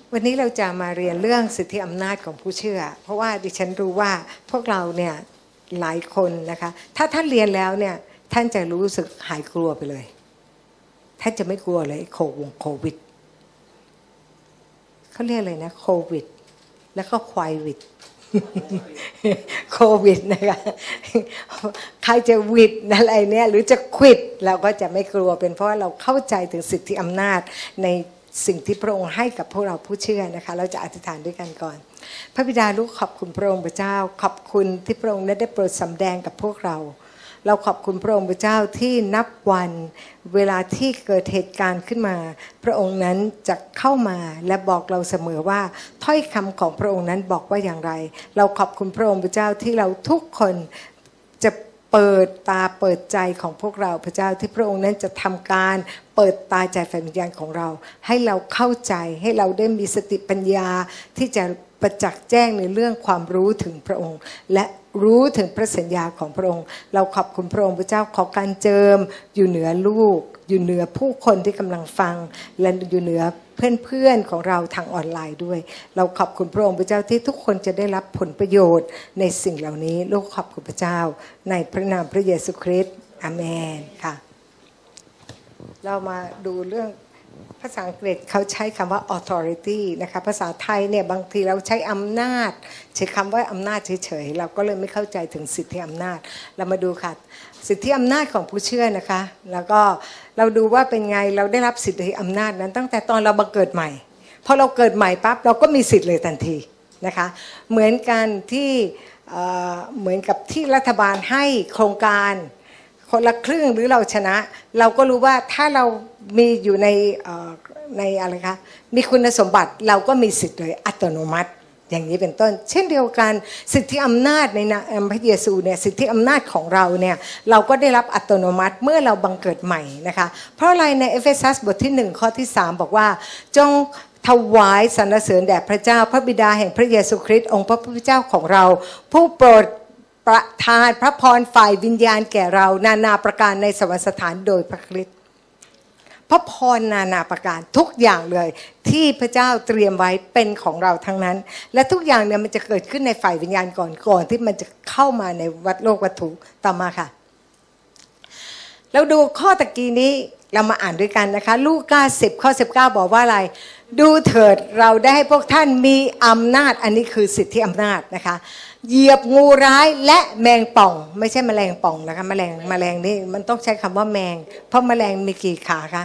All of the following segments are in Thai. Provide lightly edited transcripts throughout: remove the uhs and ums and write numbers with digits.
วันนี้เราจะมาเรียนเรื่องสิทธิอำนาจของผู้เชื่อเพราะว่าดิฉันรู้ว่าพวกเราเนี่ยหลายคนนะคะถ้าท่านเรียนแล้วเนี่ยท่านจะรู้สึกหายกลัวไปเลยท่านจะไม่กลัวเลยโควิดเขาเรียกอะไรนะโควิดแล้วก็ควายวิดโควิดนะคะใครจะวิดอะไรเนี่ยหรือจะควิดเราก็จะไม่กลัวเป็นเพราะเราเข้าใจถึงสิทธิอำนาจในสิ่งที่พระองค์ให้กับพวกเราผู้เชื่อนะคะเราจะอธิษฐานด้วยกันก่อนพระบิดาลูกขอบคุณพระองค์พระเจ้าขอบคุณที่พระองค์ได้โปรดสำแดงกับพวกเราขอบคุณพระองค์พระเจ้าที่นับวันเวลาที่เกิดเหตุการณ์ขึ้นมาพระองค์นั้นจะเข้ามาและบอกเราเสมอว่าถ้อยคำของพระองค์นั้นบอกว่าอย่างไรเราขอบคุณพระองค์พระเจ้าที่เราทุกคนจะเปิดตาเปิดใจของพวกเราพระเจ้าที่พระองค์นั้นจะทำการเปิดตาใจฝ่ายวิญญาณของเราให้เราเข้าใจให้เราได้มีสติปัญญาที่จะประจักษ์แจ้งในเรื่องความรู้ถึงพระองค์และรู้ถึงพระสัญญาของพระองค์เราขอบคุณพระองค์พระเจ้าขอการเจิมอยู่เหนือลูกอยู่เหนือผู้คนที่กำลังฟังและอยู่เหนือเพื่อนๆของเราทางออนไลน์ด้วยเราขอบคุณพระองค์พระเจ้าที่ทุกคนจะได้รับผลประโยชน์ในสิ่งเหล่านี้ลูกขอบคุณพระเจ้าในพระนามพระเยซูคริสต์อาเมนค่ะเรามาดูเรื่องภาษาอังกฤษเขาใช้คำว่า authority นะคะภาษาไทยเนี่ยบางทีเราใช้อำนาจใช้คำว่าอำนาจเฉยๆเราก็เลยไม่เข้าใจถึงสิทธิอำนาจเรามาดูค่ะสิทธิอำนาจของผู้เชื่อนะคะแล้วก็เราดูว่าเป็นไงเราได้รับสิทธิอำนาจนั้นตั้งแต่ตอนเราบังเกิดใหม่พอเราเกิดใหม่ปั๊บเราก็มีสิทธิ์เลยทันทีนะคะเหมือนกันที่เหมือนกับที่รัฐบาลให้โครงการคนละครึ่งหรือเราชนะเราก็รู้ว่าถ้าเรามีอยู่ในอะไรคะมีคุณสมบัติเราก็มีสิทธิ์เลยอัตโนมัติอย่างนี้เป็นต้นเช่นเดียวกันสิทธิอำนาจในนามพระเยซูเนี่ยสิทธิอำนาจของเราเนี่ยเราก็ได้รับอัตโนมัติเมื่อเราบังเกิดใหม่นะคะเพราะอะไรในเอเฟซัสบทที่1ข้อที่3บอกว่าจงถวายสรรเสริญแด่พระเจ้าพระบิดาแห่งพระเยซูคริสต์องค์พระผู้เป็นเจ้าของเราผู้โปรดประทานพระพรฝ่ายวิญญาณแก่เรานานาประการในสวรรคสถานโดยพระคริสต์พระพรนานาประการทุกอย่างเลยที่พระเจ้าเตรียมไว้เป็นของเราทั้งนั้นและทุกอย่างเนี่ยมันจะเกิดขึ้นในฝ่ายวิญญาณก่อนที่มันจะเข้ามาในโลกวัตถุต่อมาค่ะแล้วดูข้อตะกี้นี้เรามาอ่านด้วยกันนะคะลูกา10ข้อ19บอกว่าอะไรดูเถิดเราได้ให้พวกท่านมีอำนาจอันนี้คือสิทธิอำนาจนะคะเหยียบงูร้ายและแมงป่องไม่ใช่แมลงป่องนะคะแมลงนี่มันต้องใช้คำว่าแมงเพราะแมลงมีกี่ขาคะ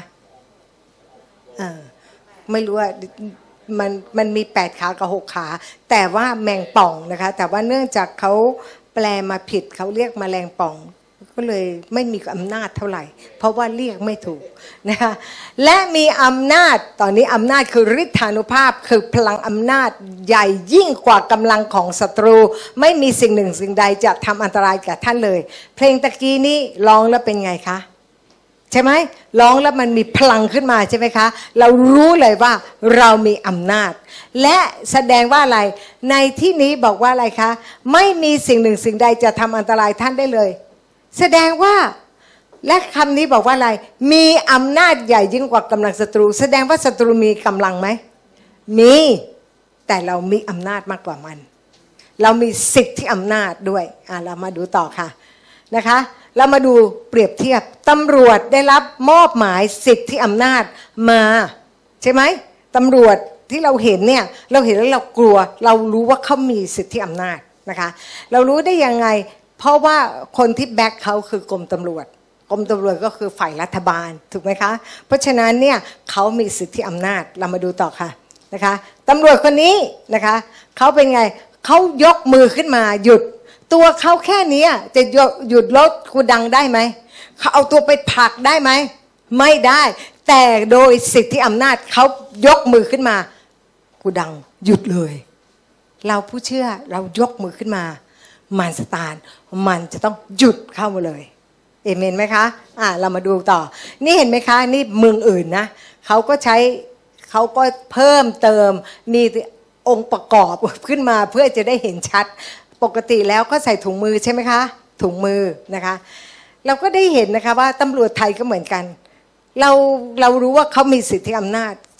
ไม่รู้ว่ามันมี8ขากับ6ขาแต่ว่าแมงป่องนะคะแต่ว่าเนื่องจากเขาแปลมาผิดเขาเรียกแมลงป่องก็เลยไม่มีอำนาจเท่าไหร่เพราะว่าเรียกไม่ถูกนะคะและมีอำนาจตอนนี้อำนาจคือฤทธานุภาพคือพลังอำนาจใหญ่ยิ่งกว่ากำลังของศัตรูไม่มีสิ่งหนึ่งสิ่งใดจะทำอันตรายแก่ท่านเลยเพลงตะกี้นี้ร้องแล้วเป็นไงคะใช่ไหมร้องแล้วมันมีพลังขึ้นมาใช่ไหมคะเรารู้เลยว่าเรามีอำนาจและแสดงว่าอะไรในที่นี้บอกว่าอะไรคะไม่มีสิ่งหนึ่งสิ่งใดจะทำอันตรายท่านได้เลยแสดงว่าและคำนี้บอกว่าอะไรมีอำนาจใหญ่ยิ่งกว่ากำลังศัตรูแสดงว่าศัตรูมีกำลังไหมมีแต่เรามีอำนาจมากกว่ามันเรามีสิทธิอำนาจด้วยเรามาดูต่อค่ะนะคะเรามาดูเปรียบเทียบตำรวจได้รับมอบหมายสิทธิอำนาจมาใช่ไหมตำรวจที่เราเห็นเนี่ยเราเห็นแล้วเรากลัวเรารู้ว่าเขามีสิทธิอำนาจนะคะเรารู้ได้ยังไงเพราะว่าคนที่แบ็คเขาคือกรมตำรวจก็คือฝ่ายรัฐบาลถูกไหมคะเพราะฉะนั้นเนี่ยเขามีสิทธิอำนาจเรามาดูต่อค่ะนะคะตำรวจคนนี้นะคะเขาเป็นไงเขายกมือขึ้นมาหยุดตัวเขาแค่นี้จะหยุดรถกูดังได้ไหมเขาเอาตัวไปผลักได้ไหมไม่ได้แต่โดยสิทธิอำนาจเขายกมือขึ้นมากูดังหยุดเลยเราผู้เชื่อเรายกมือขึ้นมามารซาตานมันจะต้องหยุดเข้ามาเลยเอเมนไหมคะเรามาดูต่อนี่เห็นไหมคะนี่เมืองอื่นนะเขาก็เพิ่มเติมมีองค์ประกอบขึ้นมาเพื่อจะได้เห็นชัดปกติแล้วก็ใส่ถุงมือใช่ไหมคะถุงมือนะคะเราก็ได้เห็นนะคะว่าตำรวจไทยก็เหมือนกันเรารู้ว่าเขามีสิทธิอำนาจ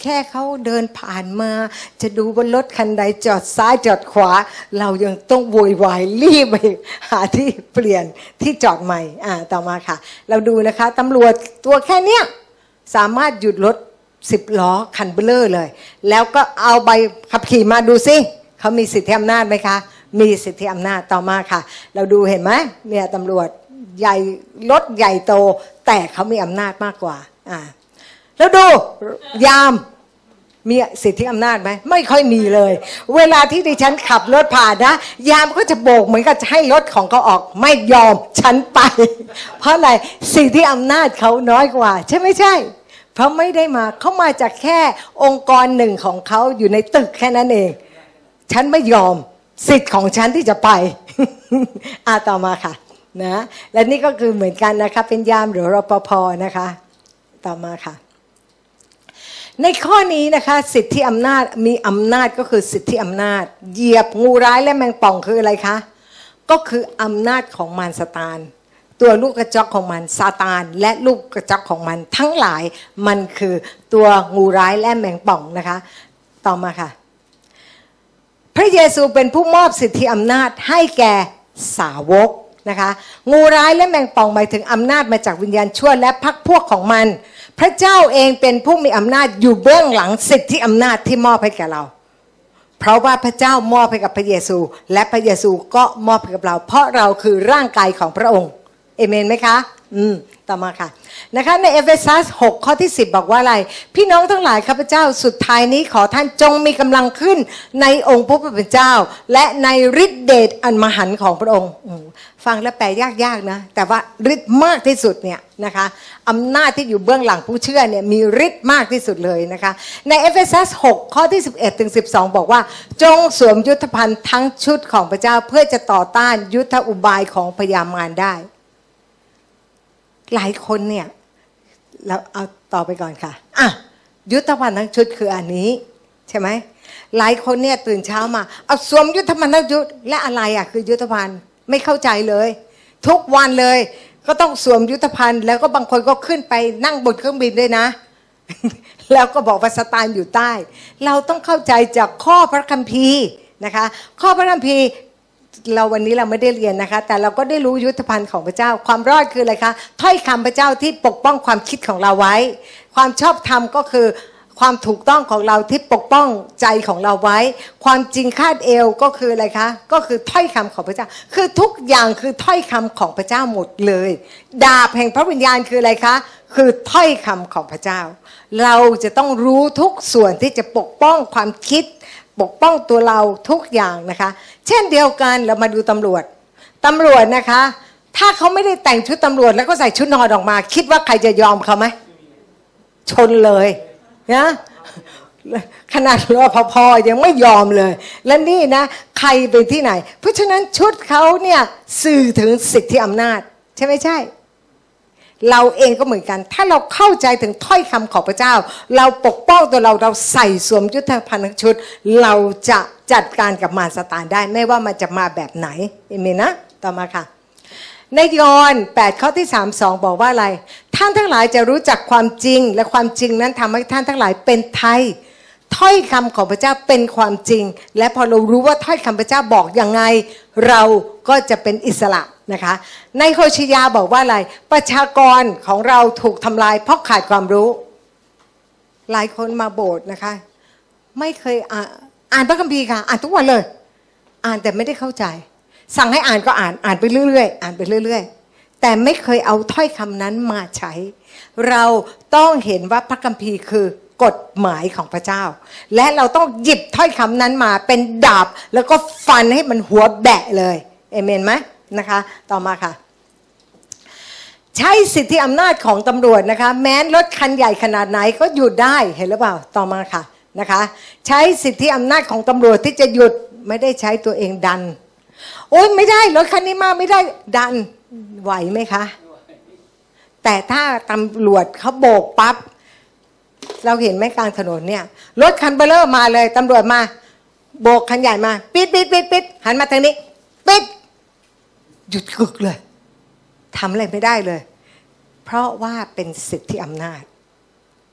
แค่เขาเดินผ่านมาจะดูว่ารถคันใดจอดซ้ายจอดขวาเรายังต้องโวยวายรีบไปหาที่เปลี่ยนที่จอดใหม่ต่อมาค่ะเราดูนะคะตำรวจตัวแค่เนี้ยสามารถหยุดรถ10 ล้อคันเบลอเลยแล้วก็เอาใบขับขี่มาดูสิเขามีสิทธิอำนาจไหมคะมีสิทธิอำนาจต่อมาค่ะเราดูเห็นไหมเนี่ยตำรวจใหญ่รถใหญ่โตแต่เขามีอำนาจมากกว่าแล้วดูยามมีสิทธิอำนาจไหมไม่ค่อยมีเลยเวลาที่ดิฉันขับรถผ่านนะยามก็จะโบกเหมือนกับจะให้รถของเขาออกไม่ยอมฉันไปเพราะอะไรสิทธิอำนาจเขาน้อยกว่าใช่ไม่ใช่เพราะไม่ได้มาเขามาจากแค่องค์กรหนึ่งของเขาอยู่ในตึกแค่นั้นเองฉันไม่ยอมสิทธิ์ของฉันที่จะไปต่อมาค่ะนะและนี่ก็คือเหมือนกันนะคะเป็นยามหรือรปภนะคะต่อมาค่ะในข้อนี้นะคะสิทธิอำนาจมีอำนาจก็คือสิทธิอำนาจเหยียบงูร้ายและแมงป่องคืออะไรคะก็คืออำนาจของมารซาตานตัวลูกกระจอกของมันซาตานและลูกกระจอกของมันทั้งหลายมันคือตัวงูร้ายและแมงป่องนะคะต่อมาค่ะพระเยซูเป็นผู้มอบสิทธิอำนาจให้แก่สาวกนะคะงูร้ายและแมงป่องหมายถึงอำนาจมาจากวิญญาณชั่วและพรรคพวกของมันพระเจ้าเองเป็นผู้มีอำนาจอยู่เบื้องหลังสิทธิอำนาจที่มอบให้แก่เราเพราะว่าพระเจ้ามอบให้กับพระเยซูและพระเยซูก็มอบให้กับเราเพราะเราคือร่างกายของพระองค์เอเมนไหมคะต่อมาค่ะนะคะในเอเฟซัส6ข้อที่10บอกว่าอะไรพี่น้องทั้งหลายข้าพเจ้าสุดท้ายนี้ขอท่านจงมีกำลังขึ้นในองค์พระผู้เป็นเจ้าและในฤทธิเดชอันมหันต์ของพระองค์ฟังแล้วแปลยากๆนะแต่ว่าฤทธิ์มากที่สุดเนี่ยนะคะอำนาจที่อยู่เบื้องหลังผู้เชื่อเนี่ยมีฤทธิ์มากที่สุดเลยนะคะในเอเฟซัส6ข้อที่11ถึง12บอกว่าจงสวมยุทธภัณฑ์ทั้งชุดของพระเจ้าเพื่อจะต่อต้านยุทธอุบายของพยามารได้หลายคนเนี่ยเราเอาต่อไปก่อนค่ะยุทธภัณฑ์ทั้งชุดคืออันนี้ใช่ไหมหลายคนเนี่ยตื่นเช้ามาเอาสวมยุทธภัณฑ์ทั้งชุดและอะไรคือยุทธภัณฑ์ไม่เข้าใจเลยทุกวันเลยก็ต้องสวมยุทธภัณฑ์แล้วก็บางคนก็ขึ้นไปนั่งบนเครื่องบินด้วยนะ แล้วก็บอกว่าซาตานอยู่ใต้เราต้องเข้าใจจากข้อพระคัมภีร์นะคะข้อพระคัมภีร์เราวันนี้เราไม่ได้เรียนนะคะแต่เราก็ได้รู้ยุทธภัณฑ์ของพระเจ้าความรอดคืออะไรคะถ้อยคำพระเจ้าที่ปกป้องความคิดของเราไว้ความชอบธรรมก็คือความถูกต้องของเราที่ปกป้องใจของเราไว้ความจริงคาดเอวก็คืออะไรคะก็คือถ้อยคำของพระเจ้าคือทุกอย่างคือถ้อยคำของพระเจ้าหมดเลยดาบแห่งพระวิญญาณคืออะไรคะคือถ้อยคำของพระเจ้าเราจะต้องรู้ทุกส่วนที่จะปกป้องความคิดปกป้องตัวเราทุกอย่างนะคะเช่นเดียวกันเรามาดูตำรวจนะคะถ้าเขาไม่ได้แต่งชุดตำรวจแล้วก็ใส่ชุดนอนออกมาคิดว่าใครจะยอมเขาไหมชนเลยนะขนาดรปภ.ยังไม่ยอมเลยและนี่นะใครไปที่ไหนเพราะฉะนั้นชุดเขาเนี่ยสื่อถึงสิทธิอำนาจใช่ไม่ใช่เราเองก็เหมือนกันถ้าเราเข้าใจถึงถ้อยคำของพระเจ้าเราปกป้องตัวเราใส่สวมยุทธภัณฑ์ทั้งชุดเราจะจัดการกับมารซาตานได้ไม่ว่ามันจะมาแบบไหนเอเมนนะต่อมาค่ะในยอห์น8ข้อที่32บอกว่าอะไรท่านทั้งหลายจะรู้จักความจริงและความจริงนั้นทำให้ท่านทั้งหลายเป็นไทยถ้อยคำของพระเจ้าเป็นความจริงและพอเรารู้ว่าถ้อยคำพระเจ้าบอกยังไงเราก็จะเป็นอิสระนะคะในโฮชิยาบอกว่าอะไรประชากรของเราถูกทำลายเพราะขาดความรู้หลายคนมาโบสถ์นะคะไม่เคยอ่านพระคัมภีร์ค่ะอ่านทุกวันเลยอ่านแต่ไม่ได้เข้าใจสั่งให้อ่านก็อ่านไปเรื่อยๆอ่านไปเรื่อยๆแต่ไม่เคยเอาถ้อยคำนั้นมาใช้เราต้องเห็นว่าพระคัมภีร์คือกฎหมายของพระเจ้าและเราต้องหยิบถ้อยคำนั้นมาเป็นดาบแล้วก็ฟันให้มันหัวแบะเลยเอเมนไหมนะคะต่อมาค่ะใช้สิทธิอำนาจของตำรวจนะคะแม้รถคันใหญ่ขนาดไหนก็หยุดได้เห็นหรือเปล่าต่อมาค่ะนะคะใช้สิทธิอำนาจของตำรวจที่จะหยุดไม่ได้ใช้ตัวเองดันโอ๊ยไม่ได้รถคันนี้มาไม่ได้ดันไหวไหมคะแต่ถ้าตำรวจเขาโบกปั๊บเราเห็นไหมกลางถนนเนี่ยรถคันเบลเลอร์มาเลยตำรวจมาโบกคันใหญ่มาปิดหันมาทางนี้ปิดหยุดกึกเลยทำอะไรไม่ได้เลยเพราะว่าเป็นสิทธิอำนาจ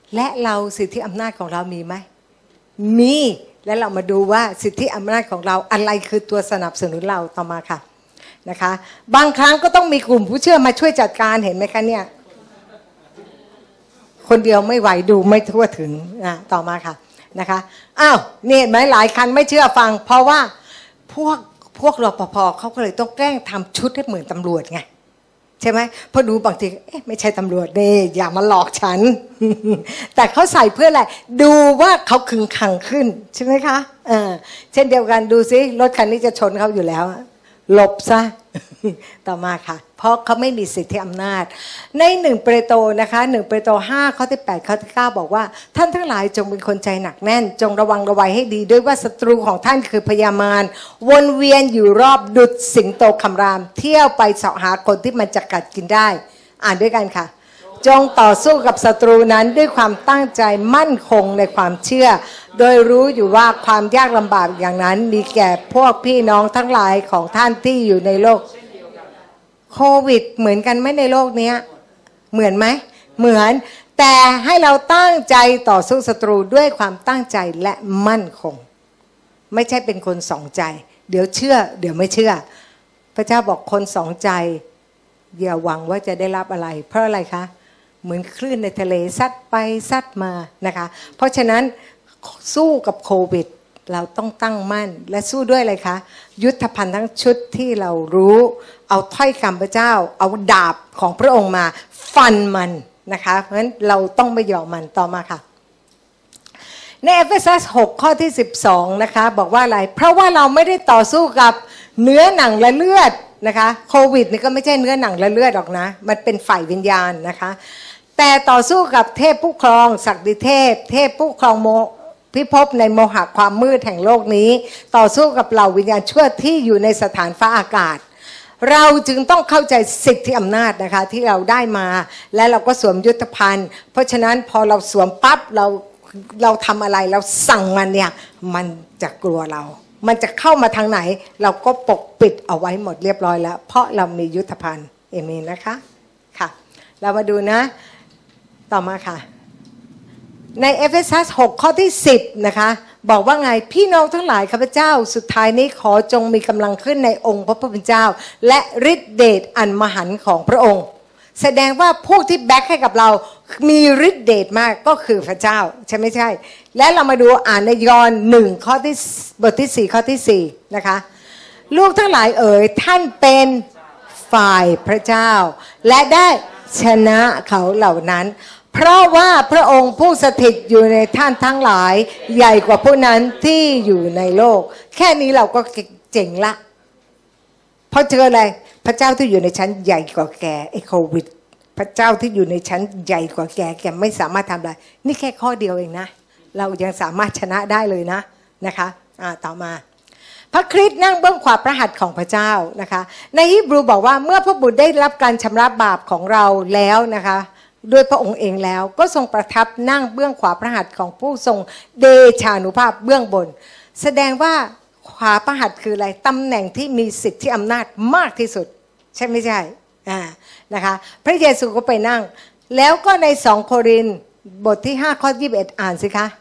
และเราสิทธิอำนาจของเรามีไหมมีและเรามาดูว่าสิทธิอำนาจของเราอะไรคือตัวสนับสนุนเราต่อมาค่ะนะคะบางครั้งก็ต้องมีกลุ่มผู้เชื่อมาช่วยจัดการเห็นไหมคะเนี่ยคนเดียวไม่ไหวดูไม่ทั่วถึงต่อมาค่ะนะคะอ้าวนี่เห็นไหมหลายคันไม่เชื่อฟังเพราะว่าพวกรปภเขาก็เลยต้องแกล้งทำชุดให้เหมือนตำรวจไงใช่ไหมพอดูบางทีไม่ใช่ตำรวจนี่อย่ามาหลอกฉัน แต่เขาใส่เพื่ออะไรดูว่าเขาขึงขังขึ้นใช่ไหมคะเช่นเดียวกันดูซิรถคันนี้จะชนเขาอยู่แล้วหลบซะ ต่อมาค่ะเพราะเขาไม่มีสิทธิอำนาจใน1 เปโตรนะคะ1 เปโตร 5 ข้อที่ 8 ข้อที่ 9 บอกว่าท่านทั้งหลายจงเป็นคนใจหนักแน่นจงระวังระวัยให้ดีด้วยว่าศัตรูของท่านคือพยามารวนเวียนอยู่รอบดุจสิงโตคำรามเที่ยวไปเสาะหาคนที่มันจะกัดกินได้อ่านด้วยกันค่ะจงต่อสู้กับศัตรูนั้นด้วยความตั้งใจมั่นคงในความเชื่อโดยรู้อยู่ว่าความยากลำบากอย่างนั้นมีแก่พวกพี่น้องทั้งหลายของท่านที่อยู่ในโลกโควิดเหมือนกันไหมในโลกนี้เหมือนไหมเหมือนแต่ให้เราตั้งใจต่อสู้ศัตรูด้วยความตั้งใจและมั่นคงไม่ใช่เป็นคนสองใจเดี๋ยวเชื่อเดี๋ยวไม่เชื่อพระเจ้าบอกคนสองใจอย่าหวังว่าจะได้รับอะไรเพราะอะไรคะเหมือนคลื่นในทะเลซัดไปซัดมานะคะเพราะฉะนั้นสู้กับโควิดเราต้องตั้งมั่นและสู้ด้วยอะไรคะยุทธภัณฑ์ทั้งชุดที่เรารู้เอาถ้อยคำพระเจ้าเอาดาบของพระองค์มาฟันมันนะคะเพราะฉะนั้นเราต้องไม่ยอมมันต่อมาค่ะในเอเฟซัส 6 ข้อที่ 12นะคะบอกว่าอะไรเพราะว่าเราไม่ได้ต่อสู้กับเนื้อหนังและเลือดนะคะโควิดนี่ก็ไม่ใช่เนื้อหนังและเลือดหรอกนะมันเป็นฝ่ายวิญญาณนะคะแต่ต่อสู้กับเทพผู้ครองศักดิเทพเทพผู้ครองพิภพในโมหะความมืดแห่งโลกนี้ต่อสู้กับเหล่าวิญญาณชั่วที่อยู่ในสถานฟ้าอากาศเราจึงต้องเข้าใจสิทธิอำนาจนะคะที่เราได้มาและเราก็สวมยุทธภัณฑ์เพราะฉะนั้นพอเราสวมปั๊บเราทำอะไรเราสั่งมันเนี่ยมันจะกลัวเรามันจะเข้ามาทางไหนเราก็ปกปิดเอาไว้หมดเรียบร้อยแล้วเพราะเรามียุทธภัณฑ์เอเมนนะคะค่ะเรามาดูนะต่อมาค่ะในเอเฟซัส 6 ข้อที่ 10นะคะบอกว่าไงพี่น้องทั้งหลายข้าพเจ้าสุดท้ายนี้ขอจงมีกำลังขึ้นในองค์พระผู้เป็นเจ้าและฤทธิเดชอันมหันต์ของพระองค์แสดงว่าพวกที่แบ็คให้กับเรามีฤทธิเดชมากก็คือพระเจ้าใช่ไม่ใช่และเรามาดูอ่านในยอห์น1 ข้อที่บทที่4ข้อที่4นะคะลูกทั้งหลายเอ๋ยท่านเป็นฝ่ายพระเจ้าและได้ชนะเขาเหล่านั้นเพราะว่าพระองค์ผู้สถิตอยู่ในท่านทั้งหลายใหญ่กว่าผู้นั้นที่อยู่ในโลกแค่นี้เราก็เจ๋งละเพราะเจออะไรพระเจ้าที่อยู่ในชั้นใหญ่กว่าแกไอ้โควิดพระเจ้าที่อยู่ในชั้นใหญ่กว่าแกไม่สามารถทำอะไรนี่แค่ข้อเดียวเองนะเรายังสามารถชนะได้เลยนะคะต่อมาพระคริสต์นั่งเบื้องขวาพระหัตถ์ของพระเจ้านะคะในฮีบรูบอกว่าเมื่อพระบุตรได้รับการชำระบาปของเราแล้วนะคะด้วยพระองค์เองแล้วก็ทรงประทับนั่งเบื้องขวาพระหัตถ์ของผู้ทรงเดชานุภาพเบื้องบนแสดงว่าขวาพระหัตถ์คืออะไรตำแหน่งที่มีสิทธิอำนาจมากที่สุดใช่ไม่ใช่นะคะพระเยซูก็ไปนั่งแล้วก็ใน2 โครินธ์บทที่5ข้อ21อ่านสิคะ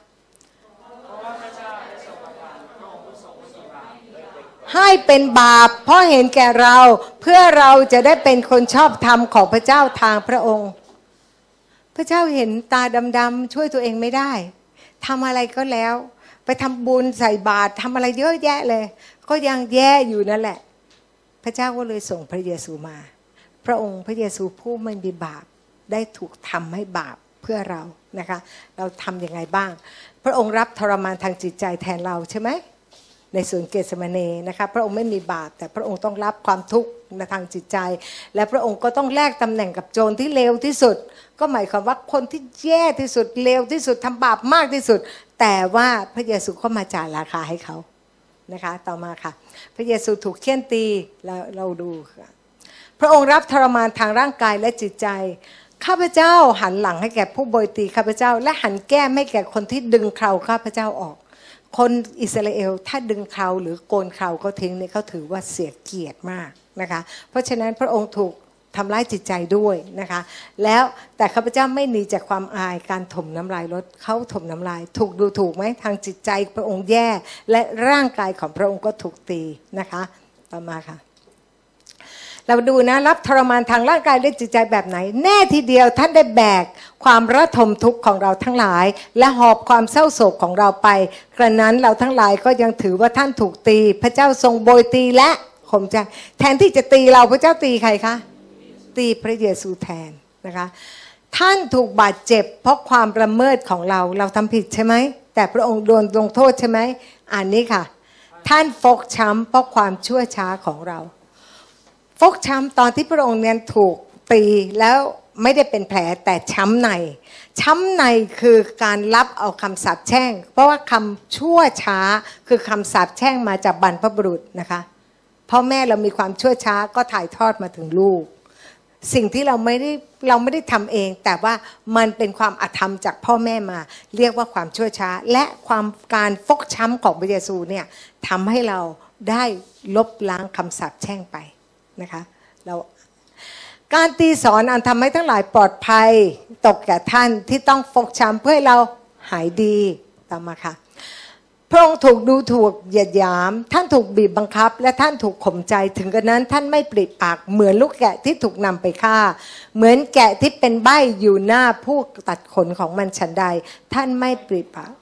ให้เป็นบาปเพราะเห็นแก่เราเพื่อเราจะได้เป็นคนชอบธรรมของพระเจ้าทางพระองค์พระเจ้าเห็นตาดำๆช่วยตัวเองไม่ได้ทำอะไรก็แล้วไปทำบุญใส่บาตรทำอะไรเยอะแยะเลยก็ยังแย่อยู่นั่นแหละพระเจ้าก็เลยส่งพระเยซูมาพระองค์พระเยซูผู้ไม่มีบาปได้ถูกทำให้บาปเพื่อเรานะคะเราทำยังไงบ้างพระองค์รับทรมานทางจิตใจแทนเราใช่ไหมในสวนเกสมาเนนะคะพระองค์ไม่มีบาปแต่พระองค์ต้องรับความทุกข์ในทางจิตใจและพระองค์ก็ต้องแลกตำแหน่งกับโจรที่เลวที่สุดก็หมายความว่าคนที่แย่ที่สุดเลวที่สุดทำบาปมากที่สุดแต่ว่าพระเยซูก็มาจ่ายราคาให้เขานะคะต่อมาค่ะพระเยซูถูกเฆี่ยนตีเราดูค่ะพระองค์รับทรมานทางร่างกายและจิตใจข้าพเจ้าหันหลังให้แก่ผู้โบยตีข้าพเจ้าและหันแก้มให้แก่คนที่ดึงเคราข้าพเจ้าออกคนอิสราเอลถ้าดึงเคราหรือโกนเคราก็ทิ้งเนี่ยเขาถือว่าเสียเกียรติมากนะคะเพราะฉะนั้นพระองค์ถูกทำร้ายจิตใจด้วยนะคะแล้วแต่ข้าพเจ้าไม่หนีจากความอายการถมน้ำลายลดเขาถมน้ำลายถูกดูถูกไหมทางจิตใจพระองค์แย่และร่างกายของพระองค์ก็ถูกตีนะคะต่อมาค่ะเราดูนะรับทรมานทางร่างกายและจิตใจแบบไหนแน่ทีเดียวท่านได้แบกความระทมทุกข์ของเราทั้งหลายและหอบความเศร้าโศกของเราไปกระนั้นเราทั้งหลายก็ยังถือว่าท่านถูกตีพระเจ้าทรงโบยตีและข่มใจแทนที่จะตีเราพระเจ้าตีใครคะตีพระเยซูแทนนะคะท่านถูกบาดเจ็บเพราะความละเมิดของเราทำผิดใช่ไหมแต่พระองค์โดนลงโทษใช่ไหมอันนี้ค่ะท่านฟกช้ำเพราะความชั่วช้าของเราฟกช้ำตอนที่พระองค์เนี่ยถูกตีแล้วไม่ได้เป็นแผลแต่ช้ำในคือการรับเอาคำสาปแช่งเพราะว่าคำชั่วช้าคือคำสาปแช่งมาจากบรรพบุรุษนะคะพ่อแม่เรามีความชั่วช้าก็ถ่ายทอดมาถึงลูกสิ่งที่เราไม่ได้ทำเองแต่ว่ามันเป็นความอธรรมจากพ่อแม่มาเรียกว่าความชั่วช้าและการฟกช้ำของพระเยซูเนี่ยทำให้เราได้ลบล้างคำสาปแช่งไปนะคะเราการตีสอนอันทำให้ทั้งหลายปลอดภัยตกแก่ท่านที่ต้องฟกช้ำเพื่อให้เราหายดีตามมาค่ะพระองค์ถูกดูถูกเหยียดหยามท่านถูกบีบบังคับและท่านถูกข่มใจถึงกระนั้นท่านไม่ปริปากเหมือนลูกแกะที่ถูกนำไปฆ่าเหมือนแกะที่เป็นใบ้อยู่หน้าผู้ตัดขนของมันฉันใดท่านไม่ปริปาก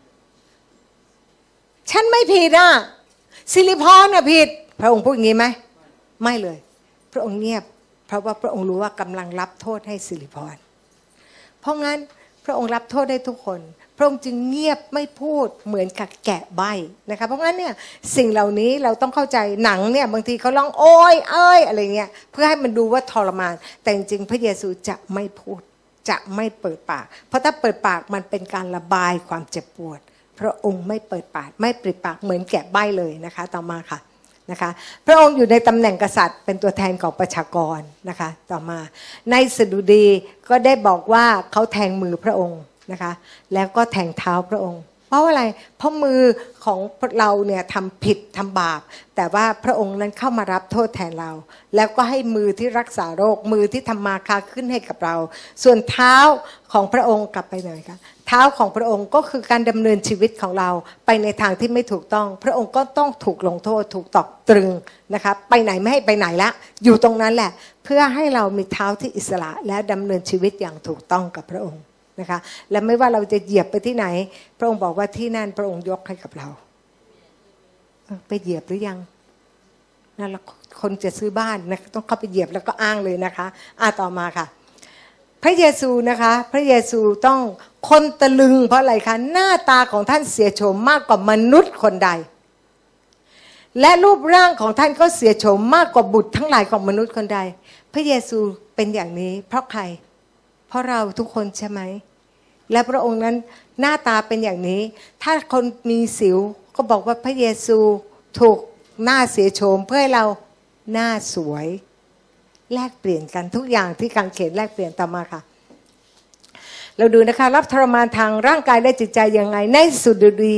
ฉันไม่ผิดนะสิริพรน่ะผิดพระองค์พูดอย่างนี้ไหมไม่เลยพระองค์เงียบเพราะว่าพระองค์รู้ว่ากำลังรับโทษให้สิริพรเพราะงั้นพระองค์รับโทษได้ทุกคนพระองค์จึงเงียบไม่พูดเหมือนกับแกะใบ้นะคะเพราะงั้นเนี่ยสิ่งเหล่านี้เราต้องเข้าใจหนังเนี่ยบางทีเขาร้องโอ้ยเอ้ยอะไรเงี้ยเพื่อให้มันดูว่าทรมานแต่จริงๆพระเยซูจะไม่พูดจะไม่เปิดปากเพราะถ้าเปิดปากมันเป็นการระบายความเจ็บปวดพระองค์ไม่เปิดปากไม่ปริปากเหมือนแกะใบ้เลยนะคะต่อมาค่ะนะคะพระองค์อยู่ในตำแหน่งกษัตริย์เป็นตัวแทนของประชากรนะคะต่อมาในสดุดีก็ได้บอกว่าเขาแทงมือพระองค์นะคะแล้วก็แทงเท้าพระองค์เพราะอะไรเพราะมือของเราเนี่ยทำผิดทำบาปแต่ว่าพระองค์นั้นเข้ามารับโทษแทนเราแล้วก็ให้มือที่รักษาโรคมือที่ทำมาค้าขึ้นให้กับเราส่วนเท้าของพระองค์กลับไปหน่อยค่ะเท้าของพระองค์ก็คือการดำเนินชีวิตของเราไปในทางที่ไม่ถูกต้องพระองค์ก็ต้องถูกลงโทษถูกตอกตรึงนะคะไปไหนไม่ให้ไปไหนละอยู่ตรงนั้นแหละเพื่อให้เรามีเท้าที่อิสระและดำเนินชีวิตอย่างถูกต้องกับพระองค์นะคะและไม่ว่าเราจะเหยียบไปที่ไหนพระองค์บอกว่าที่นั่นพระองค์ยกให้กับเราไปเหยียบหรือยังนั่นแล้วคนจะซื้อบ้านนะต้องเข้าไปเหยียบแล้วก็อ้างเลยนะคะต่อมาค่ะพระเยซูนะคะพระเยซูต้องคนตะลึงเพราะอะไรคะหน้าตาของท่านเสียโฉมมากกว่ามนุษย์คนใดและรูปร่างของท่านก็เสียโฉมมากกว่าบุตรทั้งหลายของมนุษย์คนใดพระเยซูเป็นอย่างนี้เพราะใครเพราะเราทุกคนใช่ไหมและพระองค์นั้นหน้าตาเป็นอย่างนี้ถ้าคนมีสิวก็บอกว่าพระเยซูถูกหน้าเสียโฉมเพื่อให้เราหน้าสวยแลกเปลี่ยนกันทุกอย่างที่กางเขนแลกเปลี่ยนต่อมาค่ะเราดูนะคะรับทรมานทางร่างกายและจิตใจยังไงในสดุดี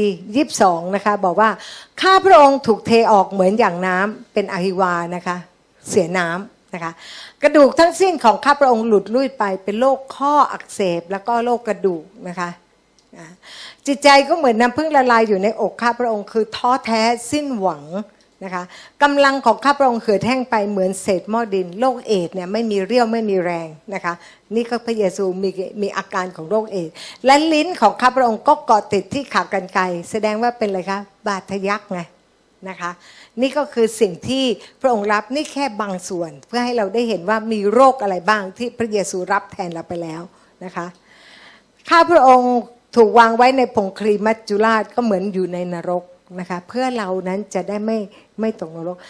22นะคะบอกว่าข้าพระองค์ถูกเทออกเหมือนอย่างน้ำเป็นอหิวานะคะเสียน้ำนะคะกระดูกทั้งสิ้นของข้าพระองค์หลุดลุ่ยไปเป็นโรคข้ออักเสบแล้วก็โรคกระดูกนะคะจิตใจก็เหมือนน้ำพึ่งละลายอยู่ในอกข้าพระองค์คือท้อแท้สิ้นหวังนะคะกำลังของข้าพระองค์เหือดแห้งไปเหมือนเศษหม้อดินโรคเอดส์เนี่ยไม่มีเรี่ยวไม่มีแรงนะคะนี่ก็พระเยซูมีอาการของโรคเอดส์และลิ้นของข้าพระองค์ก็เกาะติดที่ขากรรไกรแสดงว่าเป็นอะไรคะบาดทะยักไงนะคะนี่ก็คือสิ่งที่พระองค์รับนี่แค่บางส่วนเพื่อให้เราได้เห็นว่ามีโรคอะไรบ้างที่พระเยซูรับแทนเราไปแล้วนะคะข้าพระองค์ถูกวางไว้ในพงคลีมัจจุราชก็เหมือนอยู่ในนรกนะคะเพื่อเรานั้นจะได้ไม่ตกนรก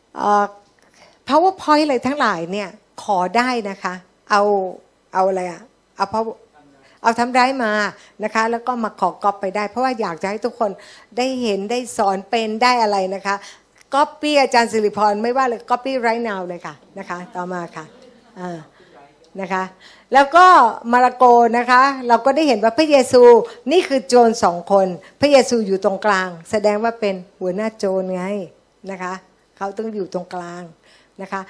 PowerPoint อะไรทั้งหลายเนี่ยขอได้นะคะเอาอะไรเอาทำได้มานะคะแล้วก็มาขอก๊อปไปได้เพราะว่าอยากจะให้ทุกคนได้เห็นได้สอนเป็นได้อะไรนะคะก๊อปปี้อาจารย์สิริพรไม่ว่าเลยก๊อปปี้ไรท์นาวเลยค่ะนะคะต่อมาค่ะนะคะแล้วก็มาระโกนะคะเราก็ได้เห็นว่าพระเยซูนี่คือโจร2 คนพระเยซูอยู่ตรงกลางแสดงว่าเป็นหัวหน้าโจรไงนะคะเขาต้องอยู่ตรงกลางนะคะ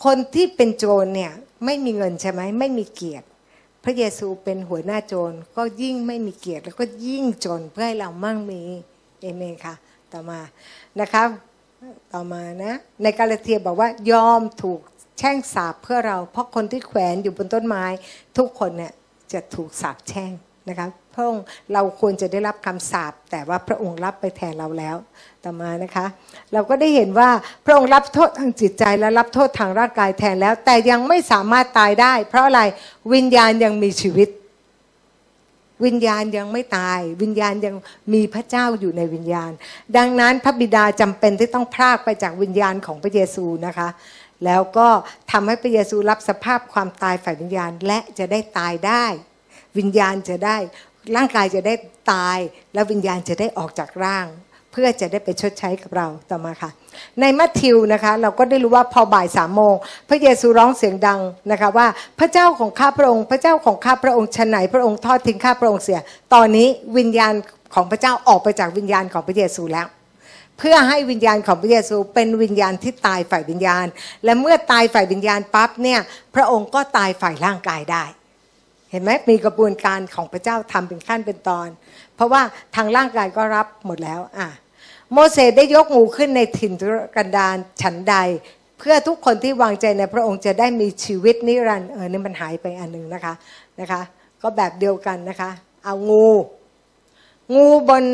คนที่เป็นโจรเนี่ยไม่มีเงินใช่ไหมไม่มีเกียรติพระเยซูเป็นหัวหน้าโจรก็ยิ่งไม่มีเกียรติแล้วก็ยิ่งจนเพื่อให้เรามั่งมีเอเมนค่ะต่อมานะคะต่อมานะในกาลาเทียบอกว่ายอมถูกแช่งสาปเพื่อเราเพราะคนที่แขวนอยู่บนต้นไม้ทุกคนเนี่ยจะถูกสาปแช่งนะคะพระองค์เราควรจะได้รับคำสาปแต่ว่าพระองค์รับไปแทนเราแล้วต่อมานะคะเราก็ได้เห็นว่าพระองค์รับโทษทางจิตใจและรับโทษทางร่างกายแทนแล้วแต่ยังไม่สามารถตายได้เพราะอะไรวิญญาณยังมีชีวิตวิญญาณยังไม่ตายวิญญาณยังมีพระเจ้าอยู่ในวิญญาณดังนั้นพระบิดาจำเป็นที่ต้องพรากไปจากวิญญาณของพระเยซูนะคะแล้วก็ทำให้พระเยซูรับสภาพความตายฝ่ายวิญญาณและจะได้ตายได้วิญญาณจะได้ร่างกายจะได้ตายแล้ววิญญาณจะได้ออกจากร่างเพื่อจะได้ไปชดใช้กับเราต่อมาค่ะในมัทธิวนะคะเราก็ได้รู้ว่าพอบ่าย3 โมงพระเยซูร้องเสียงดังนะคะว่าพระเจ้าของข้าพระองค์พระเจ้าของข้าพระองค์ฉะไหนพระองค์ทอดทิ้งข้าพระองค์เสียตอนนี้วิญญาณของพระเจ้าออกไปจากวิญญาณของพระเยซูแล้วเพื่อให้วิญญาณของพระเยซูเป็นวิญญาณที่ตายฝ่ายวิญญาณและเมื่อตายฝ่ายวิญญาณปั๊บเนี่ยพระองค์ก็ตายฝ่ายร่างกายได้เห็นไหมมีกระบวนการของพระเจ้าทำเป็นขั้นเป็นตอนเพราะว่าทางร่างกายก็รับหมดแล้วโมเสสได้ยกงูขึ้นในถิ่นทุรกันดารฉันใดเพื่อทุกคนที่วางใจในพระองค์จะได้มีชีวิตนิรันดร์นี่มันหายไปอันนึงนะคะก็แบบเดียวกันนะคะเอางู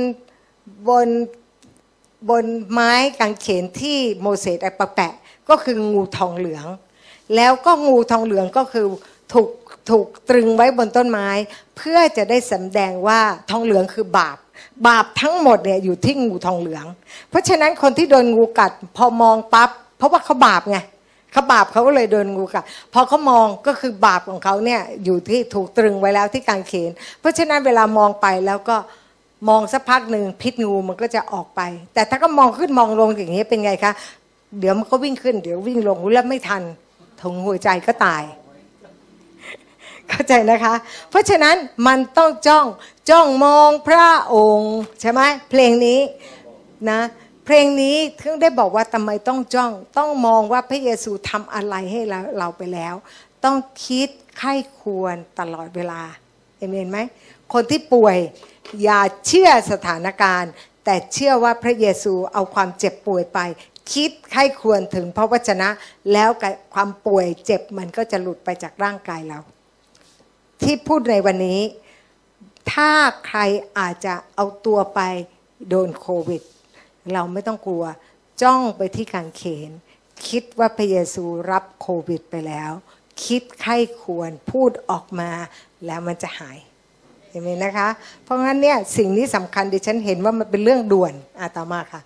บนไม้กางเขนที่โมเสสเอาแปะก็คืองูทองเหลืองแล้วก็งูทองเหลืองก็คือถูกตรึงไว้บนต้นไม้เพื่อจะได้แสดงว่าทองเหลืองคือบาปทั้งหมดเนี่ยอยู่ที่งูทองเหลืองเพราะฉะนั้นคนที่โดนงูกัดพอมองปั๊บเพราะว่าเขาบาปไงเขาบาปเขาก็เลยโดนงูกัดพอเขามองก็คือบาปของเขาเนี่ยอยู่ที่ถูกตรึงไว้แล้วที่กางเขนเพราะฉะนั้นเวลามองไปแล้วก็มองสักพักหนึ่งพิษงูมันก็จะออกไปแต่ถ้าก็มองขึ้นมองลงอย่างนี้เป็นไงคะเดี๋ยวมันก็วิ่งขึ้นเดี๋ยววิ่งลงแล้วไม่ทันถุงหัวใจก็ตายเข้าใจนะคะเพราะฉะนั้นมันต้องจ้องมองพระองค์ใช่ไหมเพลงนี้นะเพลงนี้ถึงได้บอกว่าทำไมต้องมองว่าพระเยซูทำอะไรให้เราไปแล้วต้องคิดไข้ควรตลอดเวลาเอเมนไหมคนที่ป่วยอย่าเชื่อสถานการณ์แต่เชื่อว่าพระเยซูเอาความเจ็บป่วยไปคิดไข้ควรถึงพระวจนะแล้วความป่วยเจ็บมันก็จะหลุดไปจากร่างกายเราที่พูดในวันนี้ถ้าใครอาจจะเอาตัวไปโดนโควิดเราไม่ต้องกลัวจ้องไปที่กางเขนคิดว่าพระเยซูรับโควิดไปแล้วคิดไข้ควรพูดออกมาแล้วมันจะหายเห็นไหมนะคะเพราะงั้นเนี่ยสิ่งนี้สำคัญดิฉันเห็นว่ามันเป็นเรื่องด่วนต่อมาค่ะ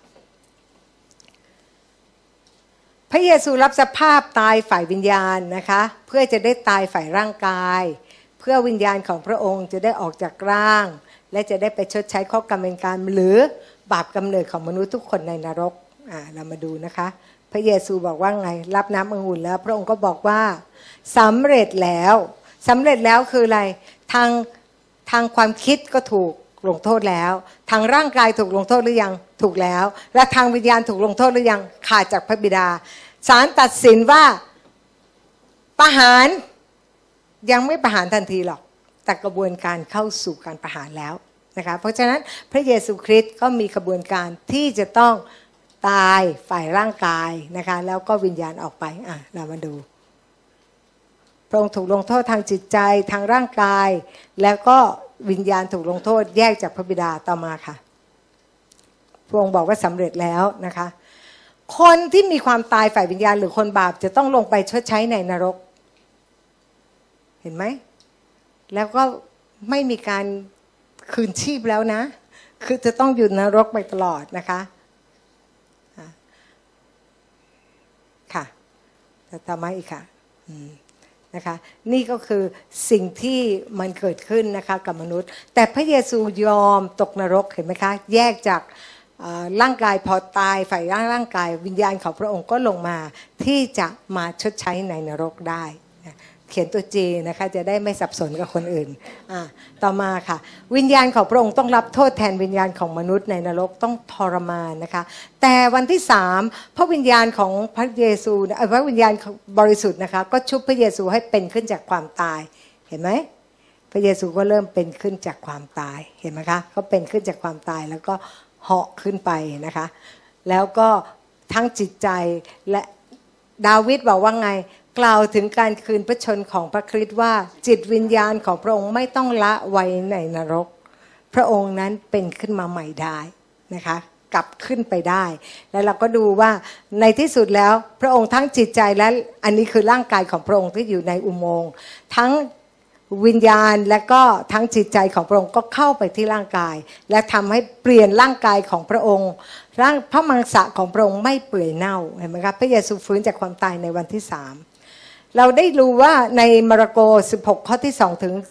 พระเยซูรับสภาพตายฝ่ายวิญญาณนะคะเพื่อจะได้ตายฝ่ายร่างกายเพื่อวิญญาณของพระองค์จะได้ออกจากร่างและจะได้ไปชดใช้ข้อกรรมเป็นการหรือบาปกำเนิดของมนุษย์ทุกคนในนรกเรามาดูนะคะพระเยซูบอกว่าไงรับน้ำองุ่นแล้วพระองค์ก็บอกว่าสำเร็จแล้วคืออะไรทางความคิดก็ถูกลงโทษแล้วทางร่างกายถูกลงโทษหรือยังถูกแล้วและทางวิญญาณถูกลงโทษหรือยังขาดจากพระบิดาศาลตัดสินว่าประหารยังไม่ประหารทันทีหรอกแต่กระบวนการเข้าสู่การประหารแล้วนะคะเพราะฉะนั้นพระเยซูคริสต์ก็มีกระบวนการที่จะต้องตายฝ่ายร่างกายนะคะแล้วก็วิญญาณออกไปเรามาดูพระองค์ถูกลงโทษทางจิตใจทางร่างกายแล้วก็วิญญาณถูกลงโทษแยกจากพระบิดาต่อมาค่ะพระองค์บอกว่าสำเร็จแล้วนะคะคนที่มีความตายฝ่ายวิญญาณหรือคนบาปจะต้องลงไปชดใช้ในนรกเห็นไหมแล้วก็ไม่มีการคืนชีพแล้วนะคือจะต้องอยู่นรกไปตลอดนะคะค่ะแต่ต่อมาอีกค่ะนะคะนี่ก็คือสิ่งที่มันเกิดขึ้นนะคะกับมนุษย์แต่พระเยซูยอมตกนรกเห็นไหมคะแยกจากร่างกายพอตายฝ่ายร่างกายวิญญาณของพระองค์ก็ลงมาที่จะมาชดใช้ในนรกได้เขียนตัวจีนะคะจะได้ไม่สับสนกับคนอื่นต่อมาค่ะวิญญาณของพระองค์ต้องรับโทษแทนวิญญาณของมนุษย์ในนรกต้องทรมานนะคะแต่วันที่3พระวิญญาณของพระเยซูพระวิญญาณบริสุทธิ์นะคะก็ชุบพระเยซูให้เป็นขึ้นจากความตายเห็นไหมพระเยซูก็เริ่มเป็นขึ้นจากความตายเห็นไหมคะเขาเป็นขึ้นจากความตายแล้วก็เหาะขึ้นไปนะคะแล้วก็ทั้งจิตใจและดาวิดบอกว่าไงกล่าวถึงการคืนพระชนของพระคริสต์ว่าจิตวิญญาณของพระองค์ไม่ต้องละไว้ในนรกพระองค์นั้นเป็นขึ้นมาใหม่ได้นะคะกลับขึ้นไปได้แล้วเราก็ดูว่าในที่สุดแล้วพระองค์ทั้งจิตใจและอันนี้คือร่างกายของพระองค์ที่อยู่ในอุโมงค์ทั้งวิญญาณและก็ทั้งจิตใจของพระองค์ก็เข้าไปที่ร่างกายและทำให้เปลี่ยนร่างกายของพระองค์ร่างพระมังสะของพระองค์ไม่เปื่อยเน่าเห็นไหมครับพระเยซูฟื้นจากความตายในวันที่3เราได้รู้ว่าในมาระโก16ข้อที่2ถึง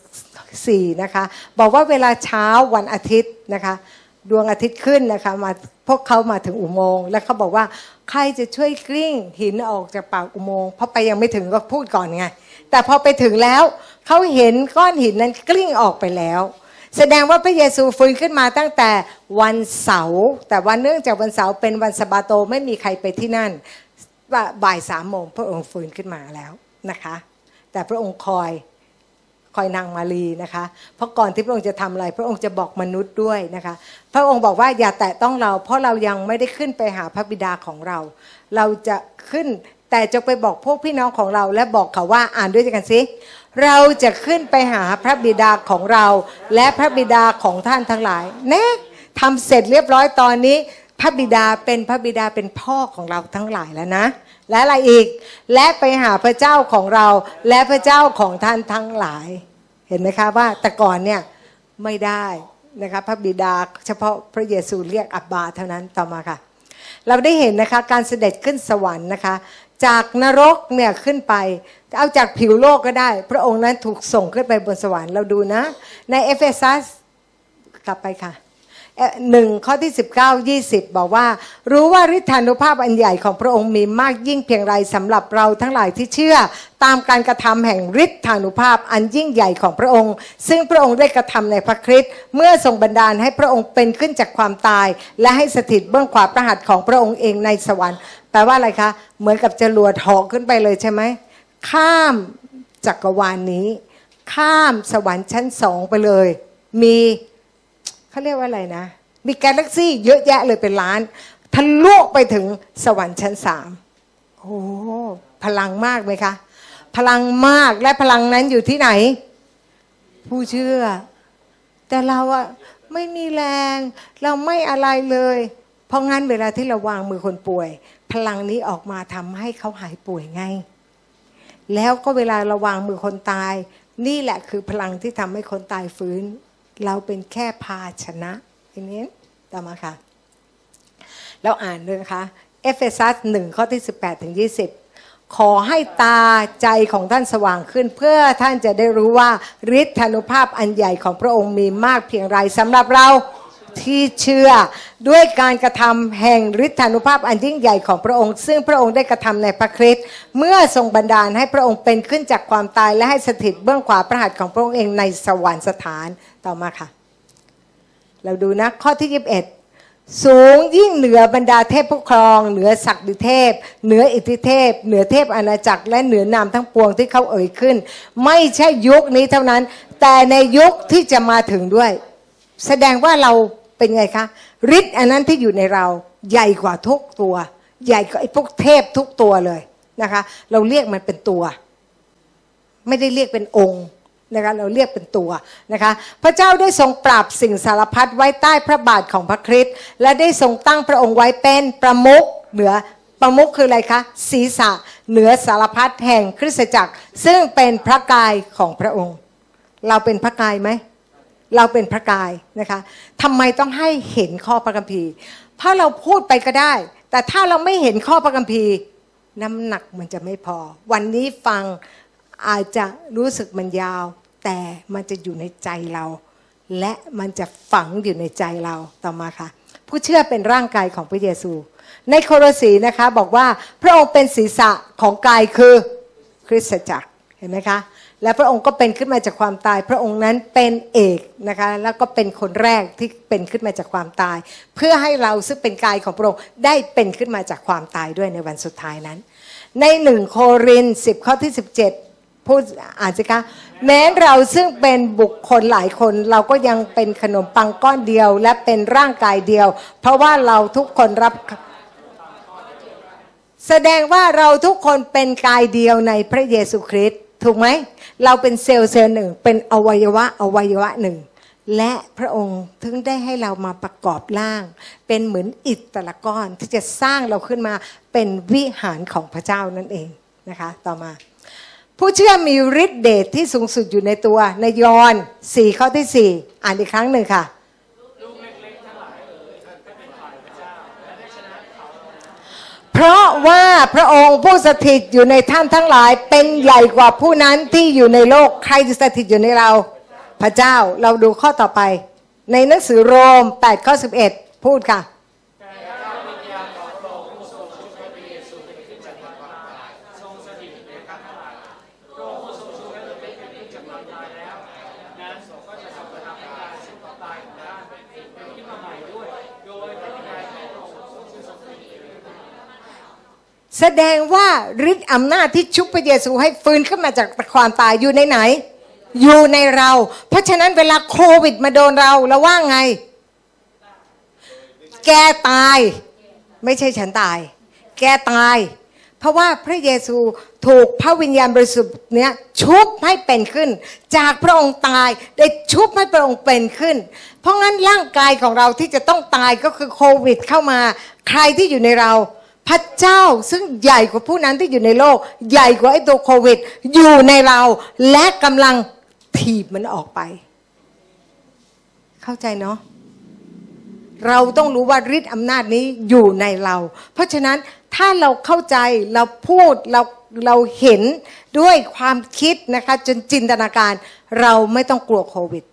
4นะคะบอกว่าเวลาเช้าวันอาทิตย์นะคะดวงอาทิตย์ขึ้นนะคะมาพวกเขามาถึงอุโมงค์และเขาบอกว่าใครจะช่วยกลิ้งหินออกจากปากอุโมงค์เพราะไปยังไม่ถึงก็พูดก่อนไงแต่พอไปถึงแล้วเขาเห็นก้อนหินนั้นกลิ้งออกไปแล้วแสดงว่าพระเยซูฟื้นขึ้นมาตั้งแต่วันเสาร์แต่วันเนื่องจากวันเสาร์เป็นวันสะบาโตไม่มีใครไปที่นั่นบ่าย3 โมงพระองค์ฟื้นขึ้นมาแล้วนะคะแต่พระองค์คอยนางมารีนะคะเพราะก่อนที่พระองค์จะทำอะไรพระองค์จะบอกมนุษย์ด้วยนะคะพระองค์บอกว่าอย่าแตะต้องเราเพราะเรายังไม่ได้ขึ้นไปหาพระบิดาของเราเราจะขึ้นแต่จะไปบอกพวกพี่น้องของเราและบอกเขาว่าอ่านด้วยกันสิเราจะขึ้นไปหาพระบิดาของเราและพระบิดาของท่านทั้งหลายเนี่ยทำเสร็จเรียบร้อยตอนนี้พระบิดาเป็นพ่อของเราทั้งหลายแล้วนะและอะไรอีกและไปหาพระเจ้าของเราและพระเจ้าของท่านทั้งหลายเห็นไหมคะว่าแต่ก่อนเนี่ยไม่ได้นะคะพระบิดาเฉพาะพระเยซูเรียกอับบาเท่านั้นต่อมาค่ะเราได้เห็นนะคะการเสด็จขึ้นสวรรค์นะคะจากนรกเนี่ยขึ้นไปเอาจากผิวโลกก็ได้พระองค์นั้นถูกส่งขึ้นไปบนสวรรค์เราดูนะในเอเฟซัสกลับไปค่ะ1ข้อที่19-20บอกว่ารู้ว่าฤทธานุภาพอันใหญ่ของพระองค์มีมากยิ่งเพียงไรสำหรับเราทั้งหลายที่เชื่อตามการกระทำแห่งฤทธานุภาพอันยิ่งใหญ่ของพระองค์ซึ่งพระองค์ได้กระทำในพระคริสต์เมื่อทรงบันดาลให้พระองค์เป็นขึ้นจากความตายและให้สถิตเบื้องขวาพระหัตถ์ของพระองค์เองในสวรรค์แปลว่าอะไรคะเหมือนกับจรวดเหาะขึ้นไปเลยใช่ไหมข้ามจักรวาลนี้ข้ามสวรรค์ชั้น2ไปเลยมีเขาเรียกว่าอะไรนะมีกาแล็กซี่เยอะแยะเลยเป็นล้านทะลุไปถึงสวรรค์ชั้น3โอ้พลังมากไหมคะพลังมากและพลังนั้นอยู่ที่ไหนผู้เชื่อแต่เราอะไม่มีแรงเราไม่อะไรเลยเพราะงั้นเวลาที่เราวางมือคนป่วยพลังนี้ออกมาทำให้เขาหายป่วยไงแล้วก็เวลาเราวางมือคนตายนี่แหละคือพลังที่ทำให้คนตายฟื้นเราเป็นแค่ภาชนะอย่างนี้ต่อมาค่ะแล้วอ่านด้วยนะคะเอเฟซัส1ข้อที่18-20ขอให้ตาใจของท่านสว่างขึ้นเพื่อท่านจะได้รู้ว่าฤทธานุภาพอันใหญ่ของพระองค์มีมากเพียงไรสำหรับเราที่เชื่อด้วยการกระทำแห่งฤทธานุภาพอันยิ่งใหญ่ของพระองค์ซึ่งพระองค์ได้กระทำในพระคริสต์เมื่อทรงบันดาลให้พระองค์เป็นขึ้นจากความตายและให้สถิตเบื้องขวาพระหัตถ์ของพระองค์เองในสวรรคสถานต่อมาค่ะเราดูนะข้อที่21สูงยิ่งเหนือบรรดาเทพผู้ครองเหนือศักดิเทพเหนืออิทธิเทพเหนือเทพอาณาจักรและเหนือนามทั้งปวงที่เขาเอ่ยขึ้นไม่ใช่ยุคนี้เท่านั้นแต่ในยุคที่จะมาถึงด้วยแสดงว่าเราเป็นไงคะฤทธิ์อันนั้นที่อยู่ในเราใหญ่กว่าทุกตัวใหญ่กว่าไอ้พวกเทพทุกตัวเลยนะคะเราเรียกมันเป็นตัวไม่ได้เรียกเป็นองค์นะคะเราเรียกเป็นตัวนะคะพระเจ้าได้ทรงปราบสิ่งสารพัดไว้ใต้พระบาทของพระคริสต์และได้ทรงตั้งพระองค์ไว้เป็นประมุขเหนือประมุขคืออะไรคะศีรษะเหนือสารพัดแห่งคริสตจักรซึ่งเป็นพระกายของพระองค์เราเป็นพระกายไหมเราเป็นพระกายนะคะทำไมต้องให้เห็นข้อพระคัมภีร์เพราะเราพูดไปก็ได้แต่ถ้าเราไม่เห็นข้อพระคัมภีร์น้ำหนักมันจะไม่พอวันนี้ฟังอาจจะรู้สึกมันยาวแต่มันจะอยู่ในใจเราและมันจะฝังอยู่ในใจเราต่อมาค่ะผู้เชื่อเป็นร่างกายของพระเยซูในโคโลสีนะคะบอกว่าพระองค์เป็นศีรษะของกายคือคริสตจักรเห็นไหมคะและพระองค์ก็เป็นขึ้นมาจากความตายพระองค์นั้นเป็นเอกนะคะแล้วก็เป็นคนแรกที่เป็นขึ้นมาจากความตายเพื่อให้เราซึ่งเป็นกายของพระองค์ได้เป็นขึ้นมาจากความตายด้วยในวันสุดท้ายนั้นใน1 โครินธ์ 10 ข้อที่ 17พูดอ่านสิคะแม้เราซึ่งเป็นบุคคลหลายคนเราก็ยังเป็นขนมปังก้อนเดียวและเป็นร่างกายเดียวเพราะว่าเราทุกคนรับแสดงว่าเราทุกคนเป็นกายเดียวในพระเยซูคริสต์ถูกไหมเราเป็นเซลล์หนึ่งเป็นอวัยวะหนึ่งและพระองค์ถึงได้ให้เรามาประกอบร่างเป็นเหมือนอิฐแต่ละก้อนที่จะสร้างเราขึ้นมาเป็นวิหารของพระเจ้านั่นเองนะคะต่อมาผู้เชื่อมีฤทธิเดชที่สูงสุดอยู่ในตัวในยอห์น 4 ข้อที่ 4อ่านอีกครั้งหนึ่งค่ะเพราะว่าพระองค์ผู้สถิตอยู่ในท่านทั้งหลายเป็นใหญ่กว่าผู้นั้นที่อยู่ในโลกใครจะสถิตอยู่ในเราพระเจ้าเราดูข้อต่อไปในหนังสือโรม 8 ข้อ 11 พูดค่ะแสดงว่าฤทธิ์อำนาจที่ชุบพระเยซูให้ฟื้นขึ้นมาจากความตายอยู่ในไหนอยู่ในเราเพราะฉะนั้นเวลาโควิดมาโดนเราว่าไงแกตายไม่ใช่ฉันตายแกตายเพราะว่าพระเยซูถูกพระวิญญาณบริสุทธิ์เนี้ยชุบให้เป็นขึ้นจากพระองค์ตายได้ชุบให้พระองค์เป็นขึ้นเพราะงั้นร่างกายของเราที่จะต้องตายก็คือโควิดเข้ามาใครที่อยู่ในเราพระเจ้าซึ่งใหญ่กว่าผู้นั้นที่อยู่ในโลกใหญ่กว่าไอ้ตัวโควิดอยู่ในเราและกำลังถีบมันออกไปเข้าใจเนาะเราต้องรู้ว่าฤทธิ์อำนาจนี้อยู่ในเราเพราะฉะนั้นถ้าเราเข้าใจเราพูดเราเห็นด้วยความคิดนะคะจนจินตนาการเราไม่ต้องกลัวโควิด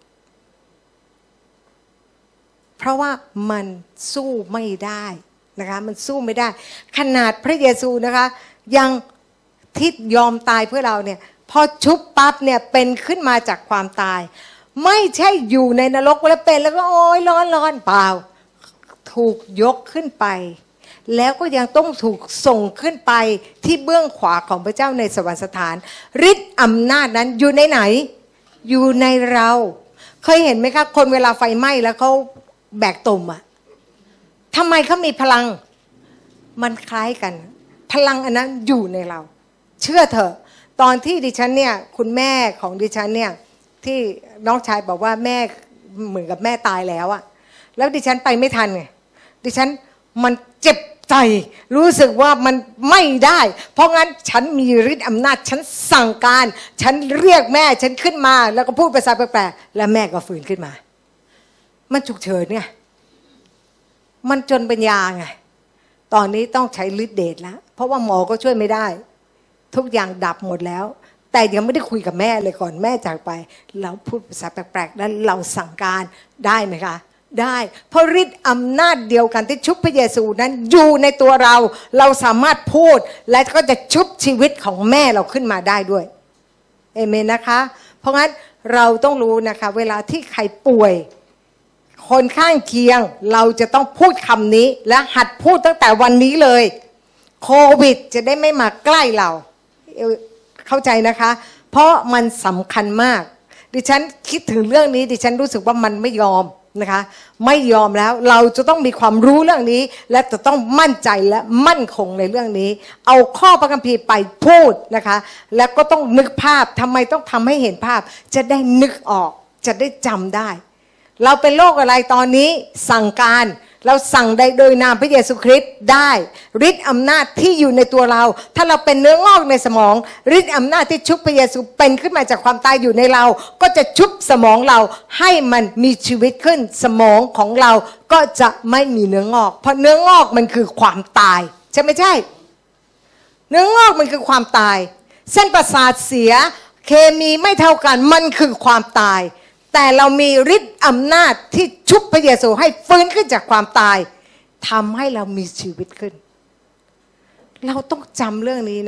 เพราะว่ามันสู้ไม่ได้นะคะมันสู้ไม่ได้ขนาดพระเยซูนะคะยังที่ยอมตายเพื่อเราเนี่ยพอชุบปั๊บเนี่ยเป็นขึ้นมาจากความตายไม่ใช่อยู่ในนรกแล้วเป็นแล้วก็โอ๊ยร้อนเปล่าถูกยกขึ้นไปแล้วก็ยังต้องถูกส่งขึ้นไปที่เบื้องขวาของพระเจ้าในสวรรคสถานฤทธิ์อำนาจนั้นอยู่ในไหนอยู่ในเราเคยเห็นไหมคะคนเวลาไฟไหม้แล้วเขาแบกตุ่มอะทำไมเขามีพลังมันคล้ายกันพลังอันนั้นอยู่ในเราเชื่อเถอะตอนที่ดิฉันเนี่ยคุณแม่ของดิฉันเนี่ยที่น้องชายบอกว่าแม่เหมือนกับแม่ตายแล้วอะแล้วดิฉันไปไม่ทันไงดิฉันมันเจ็บใจรู้สึกว่ามันไม่ได้เพราะงั้นฉันมีฤทธิ์อำนาจฉันสั่งการฉันเรียกแม่ฉันขึ้นมาแล้วก็พูดภาษาแปลกๆแล้วแม่ก็ฟื้นขึ้นมามันฉุกเฉินไงมันจนปัญญาไงตอนนี้ต้องใช้ฤทธิ์เดชแล้วเพราะว่าหมอก็ช่วยไม่ได้ทุกอย่างดับหมดแล้วแต่ยังไม่ได้คุยกับแม่เลยก่อนแม่จากไปเราพูดภาษาแปลกๆแล้วเราสั่งการได้ไหมคะได้เพราะฤทธิ์อำนาจเดียวกันที่ชุบพระเยซูนั้นอยู่ในตัวเราสามารถพูดและก็จะชุบชีวิตของแม่เราขึ้นมาได้ด้วยเอเมนนะคะเพราะงั้นเราต้องรู้นะคะเวลาที่ใครป่วยคนข้างเคียงเราจะต้องพูดคำนี้และหัดพูดตั้งแต่วันนี้เลยโควิดจะได้ไม่มาใกล้เราเข้าใจนะคะเพราะมันสำคัญมากดิฉันคิดถึงเรื่องนี้ดิฉันรู้สึกว่ามันไม่ยอมนะคะไม่ยอมแล้วเราจะต้องมีความรู้เรื่องนี้และจะต้องมั่นใจและมั่นคงในเรื่องนี้เอาข้อพระคัมภีร์ไปพูดนะคะแล้วก็ต้องนึกภาพทำไมต้องทำให้เห็นภาพจะได้นึกออกจะได้จำได้เราเป็นโรคอะไรตอนนี้สั่งการเราสั่งได้โดยนามพระเยซูคริสต์ได้ฤทธิ์อำนาจที่อยู่ในตัวเราถ้าเราเป็นเนื้องอกในสมองฤทธิ์อำนาจที่ชุบพระเยซูเป็นขึ้นมาจากความตายอยู่ในเราก็จะชุบสมองเราให้มันมีชีวิตขึ้นสมองของเราก็จะไม่มีเนื้องอกเพราะเนื้องอกมันคือความตายใช่ไม่ใช่เนื้องอกมันคือความตายเส้นประสาทเสียเคมีไม่เท่ากันมันคือความตายแต่เรามีฤทธิ์อำนาจที่ชุบพระเยซูให้ฟื้นขึ้นจากความตายทำให้เรามีชีวิตขึ้นเราต้องจำเรื่องนี้นะคะ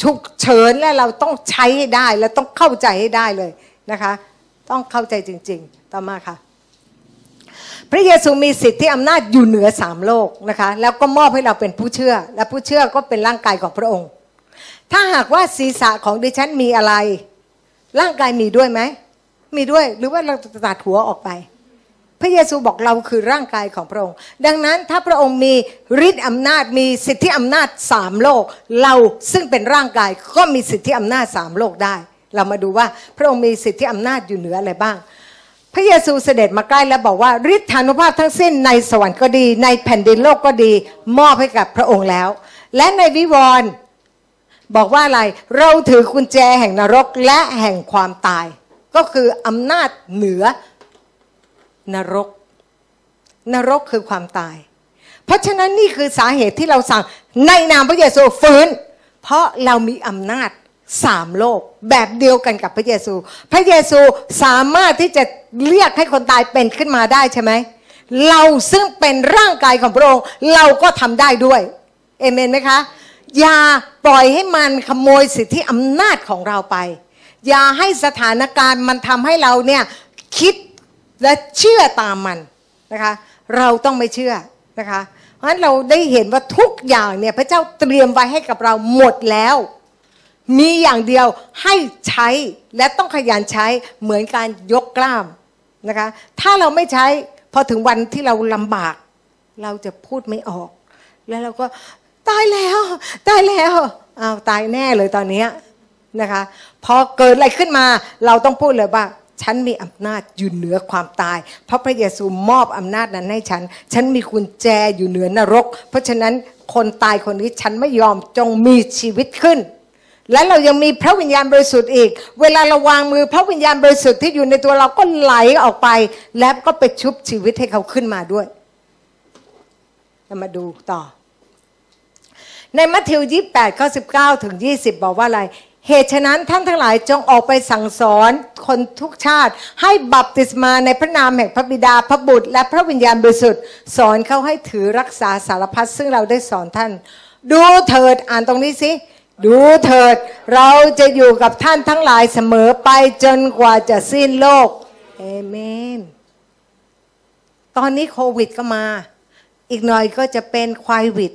ฉุกเฉินและเราต้องใช้ให้ได้และต้องเข้าใจให้ได้เลยนะคะต้องเข้าใจจริงๆต่อมาค่ะพระเยซูมีสิทธิอำนาจอยู่เหนือ3โลกนะคะแล้วก็มอบให้เราเป็นผู้เชื่อและผู้เชื่อก็เป็นร่างกายของพระองค์ถ้าหากว่าศีรษะของดิฉันมีอะไรร่างกายมีด้วยไหมมีด้วยหรือว่าเราตัดหัวออกไปพระเยซูบอกเราคือร่างกายของพระองค์ดังนั้นถ้าพระองค์มีฤทธิ์อำนาจมีสิทธิอำนาจ3โลกเราซึ่งเป็นร่างกายก็มีสิทธิอำนาจ3โลกได้เรามาดูว่าพระองค์มีสิทธิอำนาจอยู่เหนืออะไรบ้างพระเยซูเสด็จมาใกล้แล้วบอกว่าฤทธานุภาพทั้งสิ้นในสวรรค์ก็ดีในแผ่นดินโลกก็ดีมอบให้กับพระองค์แล้วและในวิวรณ์บอกว่าอะไรเราถือกุญแจแห่งนรกและแห่งความตายก็คืออำนาจเหนือนรกนรกคือความตายเพราะฉะนั้นนี่คือสาเหตุที่เราสั่งในนามพระเยซูฟื้นเพราะเรามีอำนาจ3โลกแบบเดียวกันกับพระเยซูพระเยซูสามารถที่จะเรียกให้คนตายเป็นขึ้นมาได้ใช่ไหมเราซึ่งเป็นร่างกายของพระองค์เราก็ทำได้ด้วยเอเมนไหมคะอย่าปล่อยให้มันขโมยสิทธิอำนาจของเราไปอย่าให้สถานการณ์มันทำให้เราเนี่ยคิดและเชื่อตามมันนะคะเราต้องไม่เชื่อนะคะเพราะฉะนั้นเราได้เห็นว่าทุกอย่างเนี่ยพระเจ้าเตรียมไว้ให้กับเราหมดแล้วมีอย่างเดียวให้ใช้และต้องขยันใช้เหมือนการยกกล้ามนะคะถ้าเราไม่ใช้พอถึงวันที่เราลำบากเราจะพูดไม่ออกแล้วเราก็ตายแล้วตายแล้วอ้าวตายแน่เลยตอนนี้นะคะพอเกิดอะไรขึ้นมาเราต้องพูดเลยว่าฉันมีอำนาจอยู่เหนือความตายเพราะพระเยซูมอบอำนาจนั้นให้ฉันมีกุญแจอยู่เหนือนรกเพราะฉะนั้นคนตายคนนี้ฉันไม่ยอมจงมีชีวิตขึ้นและเรายังมีพระวิญญาณบริสุทธิ์อีกเวลาเราวางมือพระวิญญาณบริสุทธิ์ที่อยู่ในตัวเราก็ไหลออกไปแล้วก็ไปชุบชีวิตให้เขาขึ้นมาด้วยเรามาดูต่อในมัทธิว 28 ข้อ 19 ถึง 20 บอกว่าอะไรเหตุฉะนั้นท่านทั้งหลายจงออกไปสั่งสอนคนทุกชาติให้บัพติศมาในพระนามแห่งพระบิดาพระบุตรและพระวิญญาณบริสุทธิ์สอนเขาให้ถือรักษาสารพัดซึ่งเราได้สอนท่านดูเถิดอ่านตรงนี้สิดูเถิดเราจะอยู่กับท่านทั้งหลายเสมอไปจนกว่าจะสิ้นโลกเอเมนตอนนี้โควิดก็มาอีกหน่อยก็จะเป็นควายวิด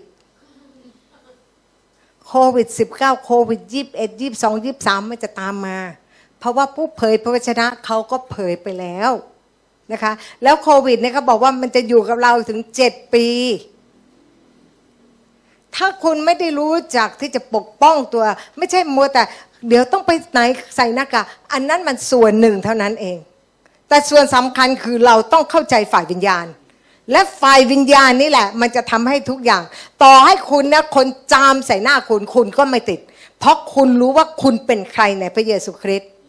โควิด19โควิด21 22 23มันจะตามมาเพราะว่าผู้เผยพระวจนะเขาก็เผยไปแล้วนะคะแล้วโควิดเนี่ยเขาบอกว่ามันจะอยู่กับเราถึง7 ปีถ้าคุณไม่ได้รู้จักที่จะปกป้องตัวไม่ใช่มัวแต่เดี๋ยวต้องไปไหนใส่หน้ากากอันนั้นมันส่วนหนึ่งเท่านั้นเองแต่ส่วนสำคัญคือเราต้องเข้าใจฝ่ายวิญญาณและฝ่ายวิญญาณนี่แหละมันจะทำให้ทุกอย่างต่อให้คุณนะคนจามใส่หน้าคุณก็ไม่ติดเพราะคุณรู้ว่าคุณเป็นใครในพระเยซูคริสต์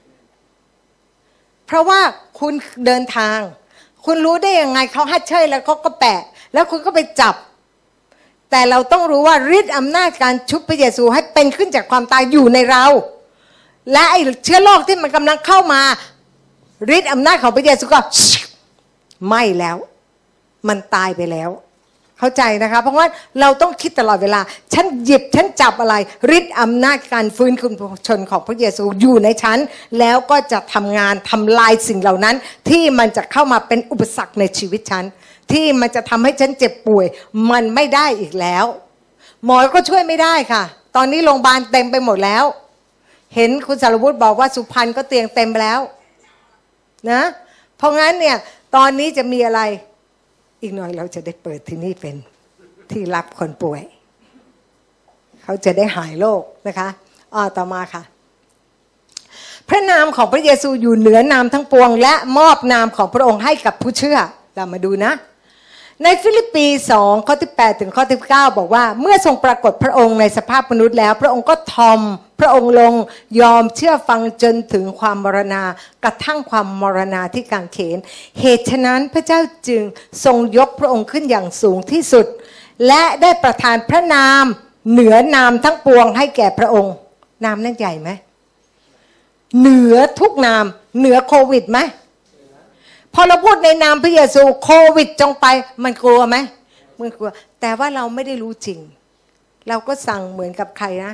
เพราะว่าคุณเดินทางคุณรู้ได้ยังไงเขาฮัดเชยแล้วเขาก็แปะแล้วคุณก็ไปจับแต่เราต้องรู้ว่าฤทธิ์อำนาจการชุบพระเยซูให้เป็นขึ้นจากความตายอยู่ในเราและไอ้เชื้อโรคที่มันกำลังเข้ามาฤทธิ์อำนาจของพระเยซูก็ไม่แล้วมันตายไปแล้วเข้าใจนะคะเพราะว่าเราต้องคิดตลอดเวลาฉันหยิบฉันจับอะไรฤทธิ์อำนาจการฟื้นคืนชนของพระเยซูอยู่ในฉันแล้วก็จะทำงานทำลายสิ่งเหล่านั้นที่มันจะเข้ามาเป็นอุปสรรคในชีวิตฉันที่มันจะทำให้ฉันเจ็บป่วยมันไม่ได้อีกแล้วหมอก็ช่วยไม่ได้ค่ะตอนนี้โรงพยาบาลเต็มไปหมดแล้วเห็นคุณสารวุฒิบอกว่าสุพรรณก็เตียงเต็มแล้วนะเพราะงั้นเนี่ยตอนนี้จะมีอะไรอีกหน่อยเราจะได้เปิดที่นี่เป็นที่รับคนป่วยเขาจะได้หายโรคนะคะต่อมาค่ะพระนามของพระเยซูอยู่เหนือนามทั้งปวงและมอบนามของพระองค์ให้กับผู้เชื่อเรามาดูนะในฟิลิปปี 2 ข้อที่ 8 ถึงข้อที่ 9 บอกว่าเมื่อทรงปรากฏพระองค์ในสภาพมนุษย์แล้วพระองค์ก็ทอมพระองค์ลงยอมเชื่อฟังจนถึงความมรณากระทั่งความมรณาที่กางเขนเหตุฉะนั้นพระเจ้าจึงทรงยกพระองค์ขึ้นอย่างสูงที่สุดและได้ประทานพระนามเหนือนามทั้งปวงให้แก่พระองค์นามนั้นใหญ่ไหมเหนือทุกนามเหนือโควิดไหมพอเราพูดในนามพระเยซูโควิดจงไปมันกลัวไหมมันกลัวแต่ว่าเราไม่ได้รู้จริงเราก็สั่งเหมือนกับใครนะ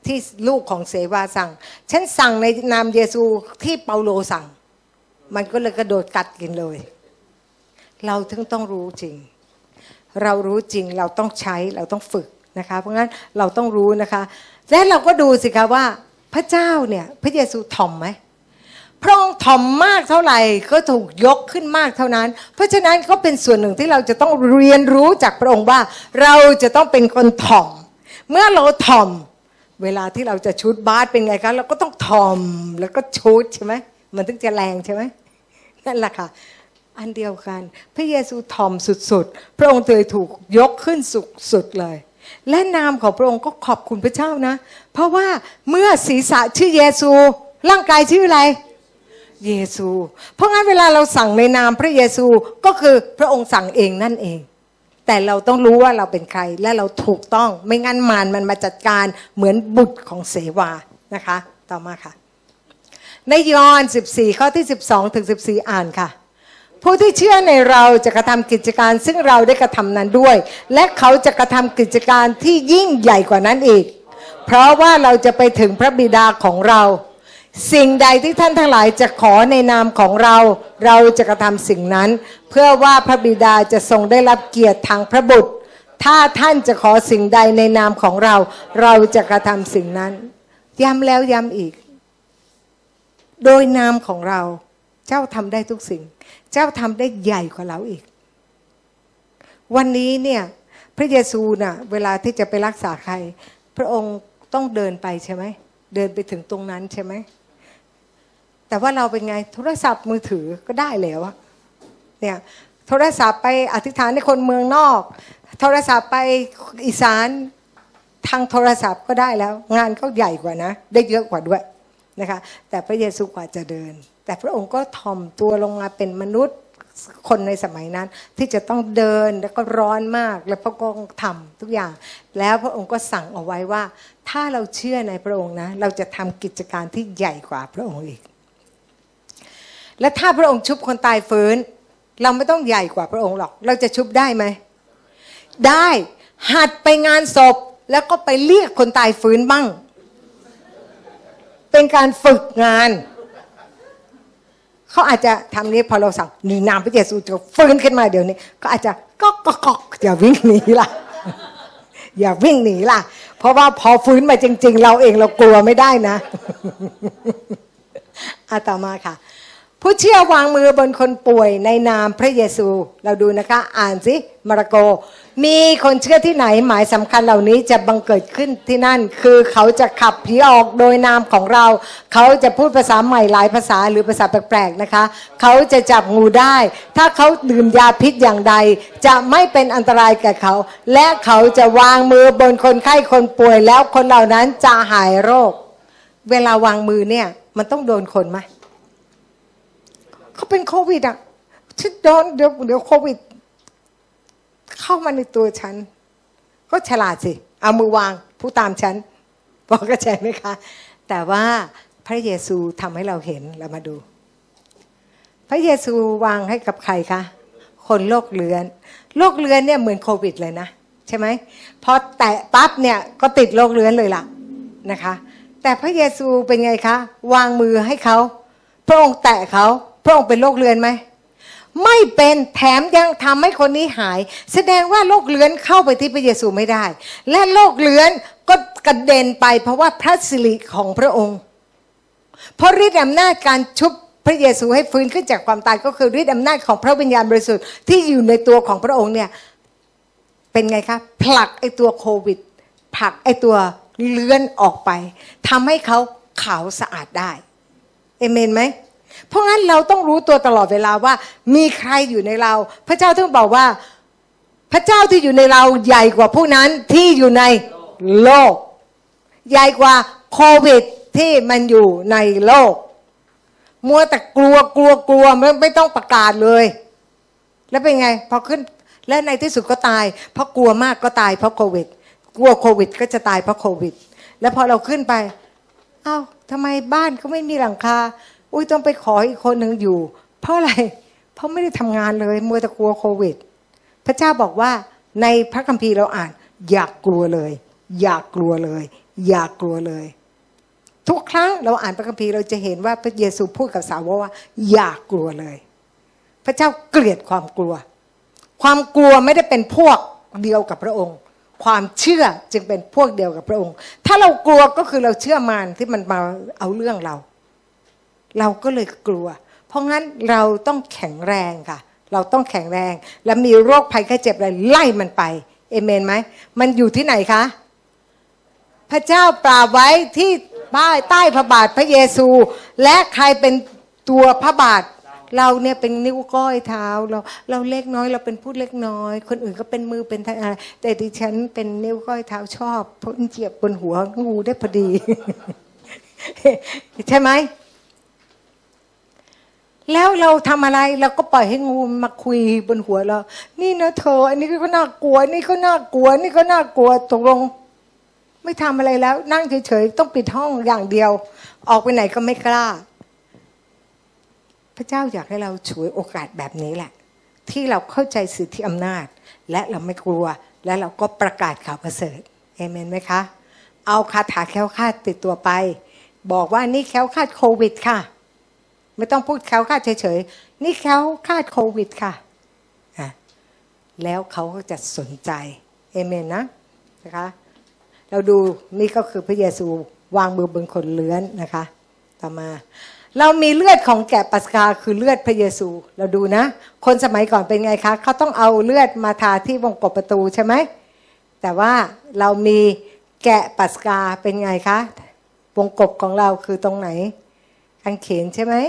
ที่ลูกของเสวาสั่งฉันสั่งในนามเยซูที่เปาโลสั่งมันก็เลยกระโดดกัดกินเลยเราถึงต้องรู้จริงเรารู้จริงเราต้องใช้เราต้องฝึกนะคะเพราะงั้นเราต้องรู้นะคะและเราก็ดูสิคะว่าพระเจ้าเนี่ยพระเยซูถ่อมไหมพระองค์ถ่อมมากเท่าไหร่ก็ถูกยกขึ้นมากเท่านั้นเพราะฉะนั้นก็เป็นส่วนหนึ่งที่เราจะต้องเรียนรู้จากพระองค์ว่าเราจะต้องเป็นคนถ่อมเมื่อเราถ่อมเวลาที่เราจะชุดบาสเป็นไงคะเราก็ต้องถ่อมแล้วก็ชุดใช่ไหมมันถึงจะแรงใช่ไหมนั่นแหละค่ะอันเดียวกันพระเยซูถ่อมสุดๆพระองค์เลยถูกยกขึ้นสุดๆเลยและนามของพระองค์ก็ขอบคุณพระเจ้านะเพราะว่าเมื่อศีรษะชื่อเยซูร่างกายชื่ออะไรเยซูเพราะงั้นเวลาเราสั่งในนามพระเยซูก็คือพระองค์สั่งเองนั่นเองแต่เราต้องรู้ว่าเราเป็นใครและเราถูกต้องไม่งั้นมารมันมาจัดการเหมือนบุตรของเสวานะคะต่อมาค่ะในยอห์น14ข้อที่12ถึง14อ่านค่ะผู้ที่เชื่อในเราจะกระทำกิจการซึ่งเราได้กระทำนั้นด้วยและเขาจะกระทำกิจการที่ยิ่งใหญ่กว่านั้นอีกเพราะว่าเราจะไปถึงพระบิดาของเราสิ่งใดที่ท่านทั้งหลายจะขอในนามของเราเราจะกระทำสิ่งนั้นเพื่อว่าพระบิดาจะทรงได้รับเกียรติทางพระบุตรถ้าท่านจะขอสิ่งใดในนามของเราเราจะกระทำสิ่งนั้นย้ำแล้วย้ำอีกโดยนามของเราเจ้าทำได้ทุกสิ่งเจ้าทำได้ใหญ่กว่าเราอีกวันนี้เนี่ยพระเยซูน่ะเวลาที่จะไปรักษาใครพระองค์ต้องเดินไปใช่ไหมเดินไปถึงตรงนั้นใช่ไหมแต่ว่าเราเป็นไงโทรศัพท์มือถือก็ได้แล้วอะเนี่ยโทรศัพท์ไปอธิษฐานในคนเมืองนอกโทรศัพท์ไปอีสานทางโทรศัพท์ก็ได้แล้วงานก็ใหญ่กว่านะได้เยอะกว่าด้วยนะคะแต่พระเยซูกว่าจะเดินแต่พระองค์ก็ถ่อมตัวลงมาเป็นมนุษย์คนในสมัยนั้นที่จะต้องเดินแล้วก็ร้อนมากแล้วพระองค์ทำทุกอย่างแล้วพระองค์ก็สั่งเอาไว้ว่าถ้าเราเชื่อในพระองค์นะเราจะทำกิจการที่ใหญ่กว่าพระองค์อีกและถ้าพระองค์ชุบคนตายฟื้นเราไม่ต้องใหญ่กว่าพระองค์หรอกเราจะชุบได้ไหมได้หัดไปงานศพแล้วก็ไปเรียกคนตายฟื้นบ้างเป็นการฝึกงานเขาอาจจะทำนี้พอเราสั่งในนามพระเยซูจะฟื้นขึ้นมาเดี๋ยวนี้ก็อาจจะก็อย่าวิ่งหนีล่ะอย่าวิ่งหนีล่ะเพราะว่าพอฟื้นมาจริงๆเราเองเรากลัวไม่ได้นะต่อมาค่ะผู้เชื่อวางมือบนคนป่วยในนามพระเยซูเราดูนะคะอ่านสิมาระโกมีคนเชื่อที่ไหนหมายสำคัญเหล่านี้จะบังเกิดขึ้นที่นั่นคือเขาจะขับผีออกโดยนามของเราเขาจะพูดภาษาใหม่หลายภาษาหรือภาษาแปลกๆนะคะเขาจะจับงูได้ถ้าเขาดื่มยาพิษอย่างใดจะไม่เป็นอันตรายแก่เขาและเขาจะวางมือบนคนไข้คนป่วยแล้วคนเหล่านั้นจะหายโรคเวลาวางมือเนี่ยมันต้องโดนคนไหมเขาเป็นโควิดอ่ะฉันโดนเดี๋ยวโควิดเข้ามาในตัวฉันก็ฉลาดสิเอามือวางผู้ตามฉันบอกเข้าใจไหมคะแต่ว่าพระเยซูทำให้เราเห็นเรามาดูพระเยซูวางให้กับใครคะคนโรคเรื้อนเนี่ยเหมือนโควิดเลยนะใช่ไหมพอแตะปั๊บเนี่ยก็ติดโรคเรื้อนเลยล่ะนะคะแต่พระเยซูเป็นไงคะวางมือให้เขาพระองค์แตะเขาพระองค์เป็นโรคเรื้อนไหมไม่เป็นแถมยังทำให้คนนี้หายแสดงว่าโรคเรื้อนเข้าไปที่พระเยซูไม่ได้และโรคเรื้อนก็กระเด็นไปเพราะว่าพระสิริของพระองค์เพราะฤทธิ์อำนาจการชุบพระเยซูให้ฟื้นขึ้นจากความตายก็คือฤทธิ์อำนาจของพระวิญญาณบริสุทธิ์ที่อยู่ในตัวของพระองค์เนี่ยเป็นไงคะผลักไอ้ตัวโควิดผลักไอ้ตัวเรื้อนออกไปทำให้เขาขาวสะอาดได้เอเมนไหมเพราะงั้นเราต้องรู้ตัวตลอดเวลาว่ามีใครอยู่ในเราพระเจ้าถึงบอกว่าพระเจ้าที่อยู่ในเราใหญ่กว่าผู้นั้นที่อยู่ในโลกใหญ่กว่าโควิดที่มันอยู่ในโลกมัวแต่กลัวไม่ต้องประกาศเลยแล้วเป็นไงพอขึ้นและในที่สุดก็ตายเพราะกลัวมากก็ตายเพราะโควิดกลัวโควิดก็จะตายเพราะโควิดแล้วพอเราขึ้นไปอ้าวทำไมบ้านก็ไม่มีหลังคาอุ้ยต้องไปขออีกคนหนึ่งอยู่เพราะอะไรเพราะไม่ได้ทำงานเลยมัวแต่กลัวโควิดพระเจ้าบอกว่าในพระคัมภีร์เราอ่านอย่ากลัวเลยอย่ากลัวเลยอย่ากลัวเลยทุกครั้งเราอ่านพระคัมภีร์เราจะเห็นว่าพระเยซูพูดกับสาวกว่าอย่ากลัวเลยพระเจ้าเกลียดความกลัวความกลัวไม่ได้เป็นพวกเดียวกับพระองค์ความเชื่อจึงเป็นพวกเดียวกับพระองค์ถ้าเรากลัวก็คือเราเชื่อมารที่มันมาเอาเรื่องเราก็เลยกลัวเพราะงั้นเราต้องแข็งแรงค่ะเราต้องแข็งแรงและมีโรคภัยไข้เจ็บอะไรไล่มันไปเอเมนไหมมันอยู่ที่ไหนคะพระเจ้าปราบไว้ที่ใต้พระบาทพระเยซูและใครเป็นตัวพระบาทเราเนี่ยเป็นนิ้วก้อยเท้าเราเล็กน้อยเราเป็นผู้เล็กน้อยคนอื่นก็เป็นมือเป็นอะไรแต่ดิฉันเป็นนิ้วก้อยเท้าชอบเพราะเจียบบนหัวงูได้พอดี ใช่ไหมแล้วเราทำอะไรเราก็ปล่อยให้งูมาคุยบนหัวเรานี่นะเธออันนี้ก็น่ากลัวนี่ก็น่ากลัวนี่ก็น่ากลัวตกลงไม่ทำอะไรแล้วนั่งเฉยๆต้องปิดห้องอย่างเดียวออกไปไหนก็ไม่กล้าพระเจ้าอยากให้เราฉวยโอกาสแบบนี้แหละที่เราเข้าใจสิทธิอำนาจและเราไม่กลัวและเราก็ประกาศข่าวประเสริฐเอเมนไหมคะเอาคาถาแคล้วคลาดติดตัวไปบอกว่านี่แคล้วคลาดโควิดค่ะไม่ต้องพูดแคล้วคลาดเฉยๆนี่แคล้วคลาดโควิดค่ะแล้วเขาก็จะสนใจเอเมนนะคะเราดูนี่ก็คือพระเยซูวางมือบนคนเลื้อนนะคะต่อมาเรามีเลือดของแกะปัสกาคือเลือดพระเยซูเราดูนะคนสมัยก่อนเป็นไงคะเขาต้องเอาเลือดมาทาที่วงกบประตูใช่ไหมแต่ว่าเรามีแกะปัสกาเป็นไงคะวงกบของเราคือตรงไหนกางเขนใช่ไหม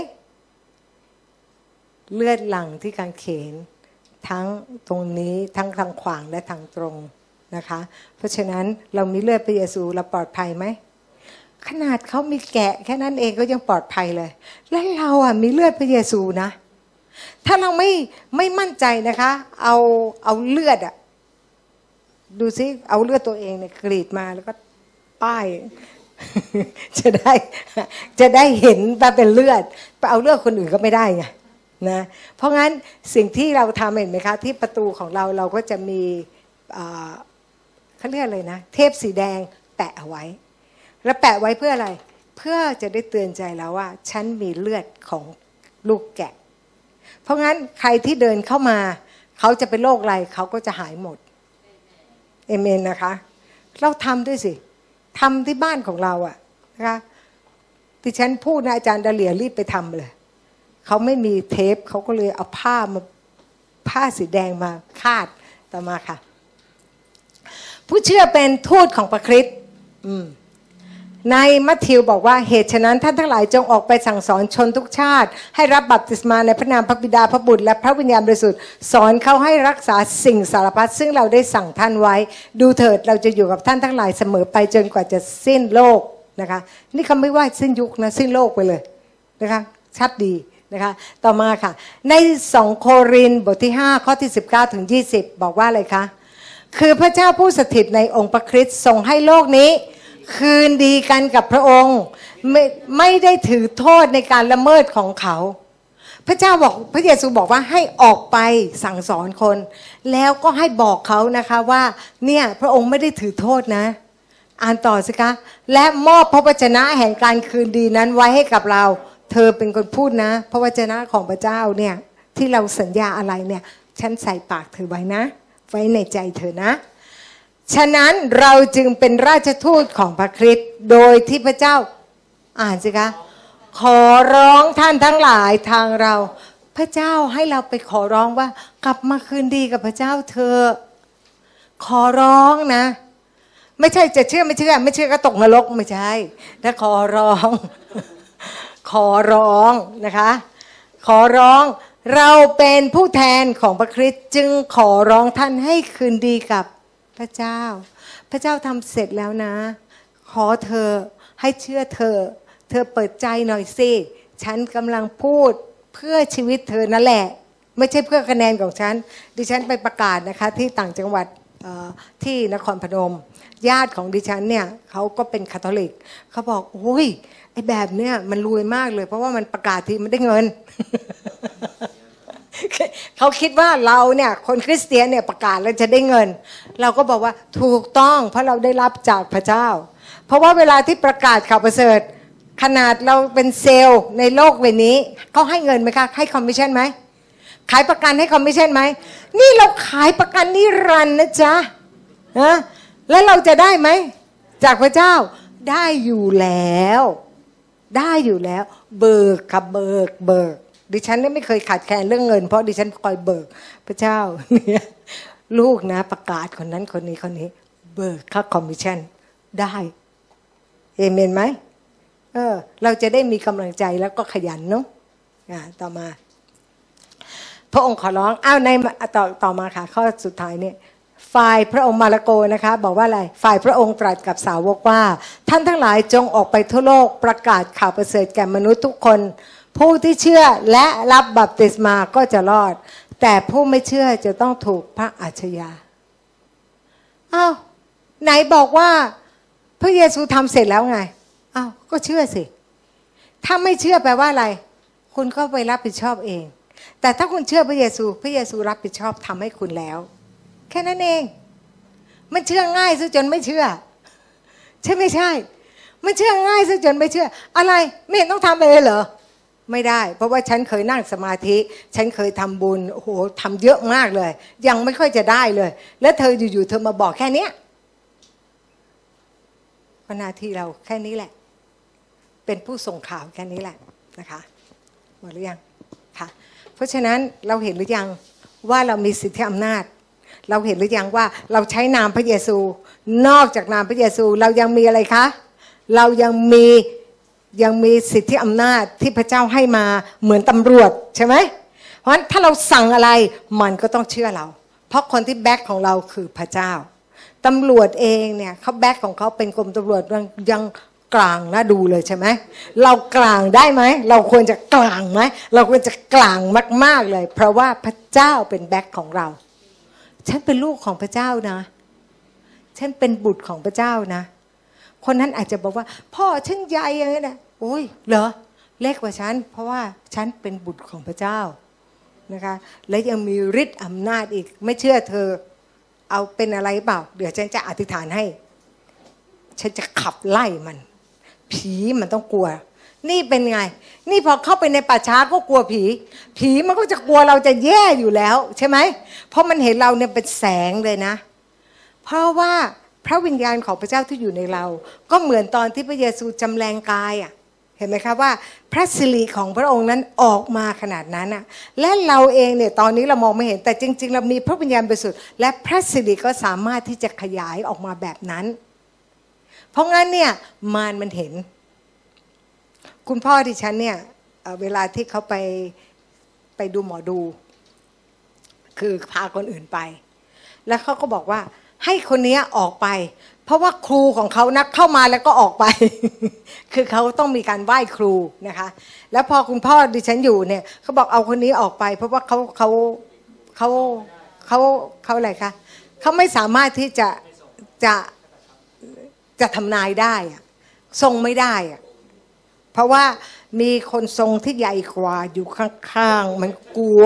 เลือดหลั่งที่กางเขนทั้งตรงนี้ทั้งทางขวางและทางตรงนะคะเพราะฉะนั้นเรามีเลือดพระเยซูเราปลอดภัยไหมขนาดเขามีแกะแค่นั้นเองก็ยังปลอดภัยเลยและเรามีเลือดพระเยซูนะถ้าเราไม่มั่นใจนะคะเอาเลือดดูซิเอาเลือดตัวเองเนี่ยกรีดมาแล้วก็ป้าย จะได้เห็นว่าเป็นเลือดไปเอาเลือดคนอื่นก็ไม่ได้ไงนะเพราะงั้นสิ่งที่เราทำเห็นไหมคะที่ประตูของเราก็จะมีเขาเรียกอะไรนะเทปสีแดงแปะเอาไว้แล้วแปะไว้เพื่ออะไรเพื่อจะได้เตือนใจเราว่าฉันมีเลือดของลูกแกะเพราะงั้นใครที่เดินเข้ามาเขาจะเป็นโรคอะไรเขาก็จะหายหมดเอเมนนะคะเราทำด้วยสิทำที่บ้านของเรานะคะที่ฉันพูดนะอาจารย์ดาเลียรีบไปทำเลยเขาไม่มีเทปเขาก็เลยเอาผ้าสีแดงมาคาดต่อมาค่ะผู้เชื่อเป็นทูตของพระคริสต์ในมัทธิวบอกว่าเหตุฉะนั้นท่านทั้งหลายจงออกไปสั่งสอนชนทุกชาติให้รับบัพติศมาในพระนามพระบิดาพระบุตรและพระวิญญาณบริสุทธิ์สอนเขาให้รักษาสิ่งสารพัดซึ่งเราได้สั่งท่านไว้ดูเถิดเราจะอยู่กับท่านทั้งหลายเสมอไปจนกว่าจะสิ้นโลกนะคะนี่เขาไม่ว่าสิ้นยุคนะสิ้นโลกไปเลยนะคะชัดดีนะคะต่อมาค่ะใน2 โครินธ์บทที่5ข้อที่19ถึง20บอกว่าอะไรคะคือพระเจ้าผู้สถิตในองค์พระคริสต์ทรงให้โลกนี้คืนดีกันกับพระองค์ไม่ได้ถือโทษในการละเมิดของเขาพระเจ้าบอกพระเยซูบอกว่าให้ออกไปสั่งสอนคนแล้วก็ให้บอกเขานะคะว่าเนี่ยพระองค์ไม่ได้ถือโทษนะอ่านต่อสิคะและมอบพระวจนะแห่งการคืนดีนั้นไว้ให้กับเราเธอเป็นคนพูดนะพระวจนะของพระเจ้าเนี่ยที่เราสัญญาอะไรเนี่ยฉันใส่ปากเธอไว้นะไว้ในใจเธอนะฉะนั้นเราจึงเป็นราชทูตของพระคริสต์โดยที่พระเจ้าอ่านสิคะขอร้องท่านทั้งหลายทางเราพระเจ้าให้เราไปขอร้องว่ากลับมาคืนดีกับพระเจ้าเธอขอร้องนะไม่ใช่จะเชื่อไม่เชื่อก็ตกนรกไม่ใช่แต่ขอร้องขอร้องนะคะขอร้องเราเป็นผู้แทนของพระคริสต์จึงขอร้องท่านให้คืนดีกับพระเจ้าพระเจ้าทำเสร็จแล้วนะขอเธอให้เชื่อเธอเปิดใจหน่อยสิฉันกำลังพูดเพื่อชีวิตเธอนั่นแหละไม่ใช่เพื่อคะแนนของฉันดิฉันไปประกาศนะคะที่ต่างจังหวัดที่นครพนมญาติของดิฉันเนี่ยเขาก็เป็นคาทอลิกเขาบอกโอ้ยไอ้แบบเนี้ยมันรวยมากเลยเพราะว่ามันประกาศทีมันได้เงินเขาคิดว่าเราเนี่ยคนคริสเตียนเนี่ยประกาศแล้วจะได้เงินเราก็บอกว่าถูกต้องเพราะเราได้รับจากพระเจ้าเพราะว่าเวลาที่ประกาศข่าวประเสริฐขนาดเราเป็นเซลล์ในโลกใบนี้เขาให้เงินไหมคะให้คอมมิชชั่นไหมขายประกันให้คอมมิชชั่นไหมนี่เราขายประกันนิรันดร์นะจ๊ะนะแล้วเราจะได้ไหมจากพระเจ้าได้อยู่แล้วได้อยู่แล้วเบิกค่ะเบิกดิฉันไม่เคยขาดแคลนเรื่องเงินเพราะดิฉันคอยเบิกพระเจ้าเนี่ยลูกนะประกาศคนนั้นคนนี้เบิกค่าคอมมิชชั่นได้เอเมนไหมเราจะได้มีกำลังใจแล้วก็ขยันเนาะต่อมาพระองค์ขอร้องในต่อมาค่ะข้อสุดท้ายเนี่ยฝ่ายพระองค์มาระโกนะคะบอกว่าอะไรฝ่ายพระองค์ตรัสกับสาวกว่าท่านทั้งหลายจงออกไปทั่วโลกประกาศข่าวประเสริฐแก่มนุษย์ทุกคนผู้ที่เชื่อและรับบัพติศมาก็จะรอดแต่ผู้ไม่เชื่อจะต้องถูกพระอาชญาไหนบอกว่าพระเยซูทำเสร็จแล้วไงก็เชื่อสิถ้าไม่เชื่อแปลว่าอะไรคุณก็ไปรับผิดชอบเองแต่ถ้าคุณเชื่อพระเยซูพระเยซูรับผิดชอบทำให้คุณแล้วแค่นั้นเองมันเชื่อง่ายซะจนไม่เชื่อใช่ไม่ใช่มันเชื่อง่ายซะจนไม่เชื่ออะไรไม่เห็นต้องทำเลยเหรอไม่ได้เพราะว่าฉันเคยนั่งสมาธิฉันเคยทำบุญโอ้โหทำเยอะมากเลยยังไม่ค่อยจะได้เลยแล้วเธออยู่ๆเธอมาบอกแค่เนี้ยก็หน้าที่เราแค่นี้แหละเป็นผู้ส่งข่าวแค่นี้แหละนะคะหมดหรือยังค่ะเพราะฉะนั้นเราเห็นหรือยังว่าเรามีสิทธิอำนาจเราเห็นหรือยังว่าเราใช้นามพระเยซูนอกจากนามพระเยซูเรายังมีอะไรคะเรายังมีสิทธิอำนาจที่พระเจ้าให้มาเหมือนตำรวจใช่ไหมเพราะฉะนั้นถ้าเราสั่งอะไรมันก็ต้องเชื่อเราเพราะคนที่แบ็คของเราคือพระเจ้าตำรวจเองเนี่ยเขาแบ็คของเขาเป็นกรมตำรวจยังกลางน่าดูเลยใช่ไหมเรากลางได้ไหมเราควรจะกลางไหมเราควรจะกลางมากๆเลยเพราะว่าพระเจ้าเป็นแบ็คของเราฉันเป็นลูกของพระเจ้านะฉันเป็นบุตรของพระเจ้านะคนนั้นอาจจะบอกว่าพ่อฉันใหญ่อย่างนี้นะโอ้ยเหรอเล็กกว่าฉันเพราะว่าฉันเป็นบุตรของพระเจ้านะคะและยังมีฤทธิ์อำนาจอีกไม่เชื่อเธอเอาเป็นอะไรเปล่าเดี๋ยวฉันจะอธิษฐานให้ฉันจะขับไล่มันผีมันต้องกลัวนี่เป็นไงนี่พอเข้าไปในป่าช้าก็กลัวผีมันก็จะกลัวเราจะแย่อยู่แล้วใช่ไหมเพราะมันเห็นเราเนี่ยเป็นแสงเลยนะเพราะว่าพระวิญญาณของพระเจ้าที่อยู่ในเราก็เหมือนตอนที่พระเยซูจำแรงกายเห็นไหมคะว่าพระสิริของพระองค์นั้นออกมาขนาดนั้นและเราเองเนี่ยตอนนี้เรามองไม่เห็นแต่จริงๆเรามีพระวิญญาณบริสุทธิ์และพระสิริก็สามารถที่จะขยายออกมาแบบนั้นเพราะงั้นเนี่ยมันเห็นคุณพ่อที่ฉันเนี่ยเวลาที่เขาไปดูหมอดูคือพาคนอื่นไปแล้วเขาก็บอกว่าให้คนนี้ออกไปเพราะว่าครูของเขานักเข้ามาแล้วก็ออกไป คือเขาต้องมีการไหว้ครูนะคะแล้วพอคุณพ่อดิฉันอยู่เนี่ยเขาบอกเอาคนนี้ออกไปเพราะว่าเขาอะไรคะเขาไม่สามารถที่จะทำนายได้ทรงไม่ได้เพราะว่ามีคนทรงที่ใหญ่กว่าอยู่ข้างๆมันกลัว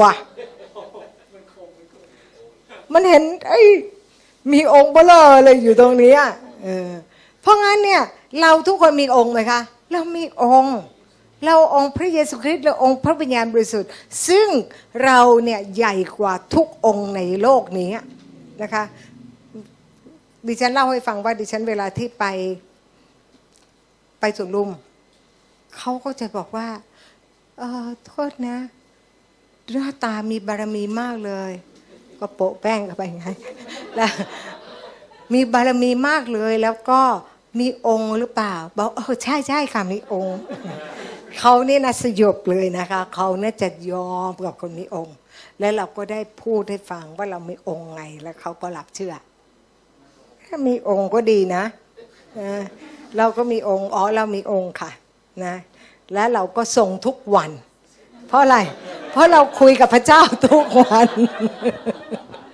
มันเห็นมีองค์เบลอเลยอยู่ตรงนี้เพราะงั้นเนี่ยเราทุกคนมีองค์ไหมคะเรามีองค์เราองค์พระเยซูคริสต์เราองค์พระวิญญาณบริสุทธิ์ซึ่งเราเนี่ยใหญ่กว่าทุกองค์ในโลกนี้นะคะดิฉันเล่าให้ฟังว่าดิฉันเวลาที่ไปสวนลุมเขาก็จะบอกว่าโทษนะหน้าตามีบารมีมากเลยก็โปะแป้งเข้าไปไงแล้วมีบารมีมากเลยแล้วก็มีองค์หรือเปล่าบอกใช่ค่ะมีองค์เขานี่นะสยบเลยนะคะเขาเนี่ยจะยอมกับคนมีองค์แล้วเราก็ได้พูดให้ฟังว่าเรามีองค์ไงแล้วเขาก็รับเชื่อถ้ามีองค์ก็ดีนะเราก็มีองค์เรามีองค์ค่ะนะและเราก็ส่งทุกวันเพราะอะไรเพราะเราคุยกับพระเจ้าทุกวัน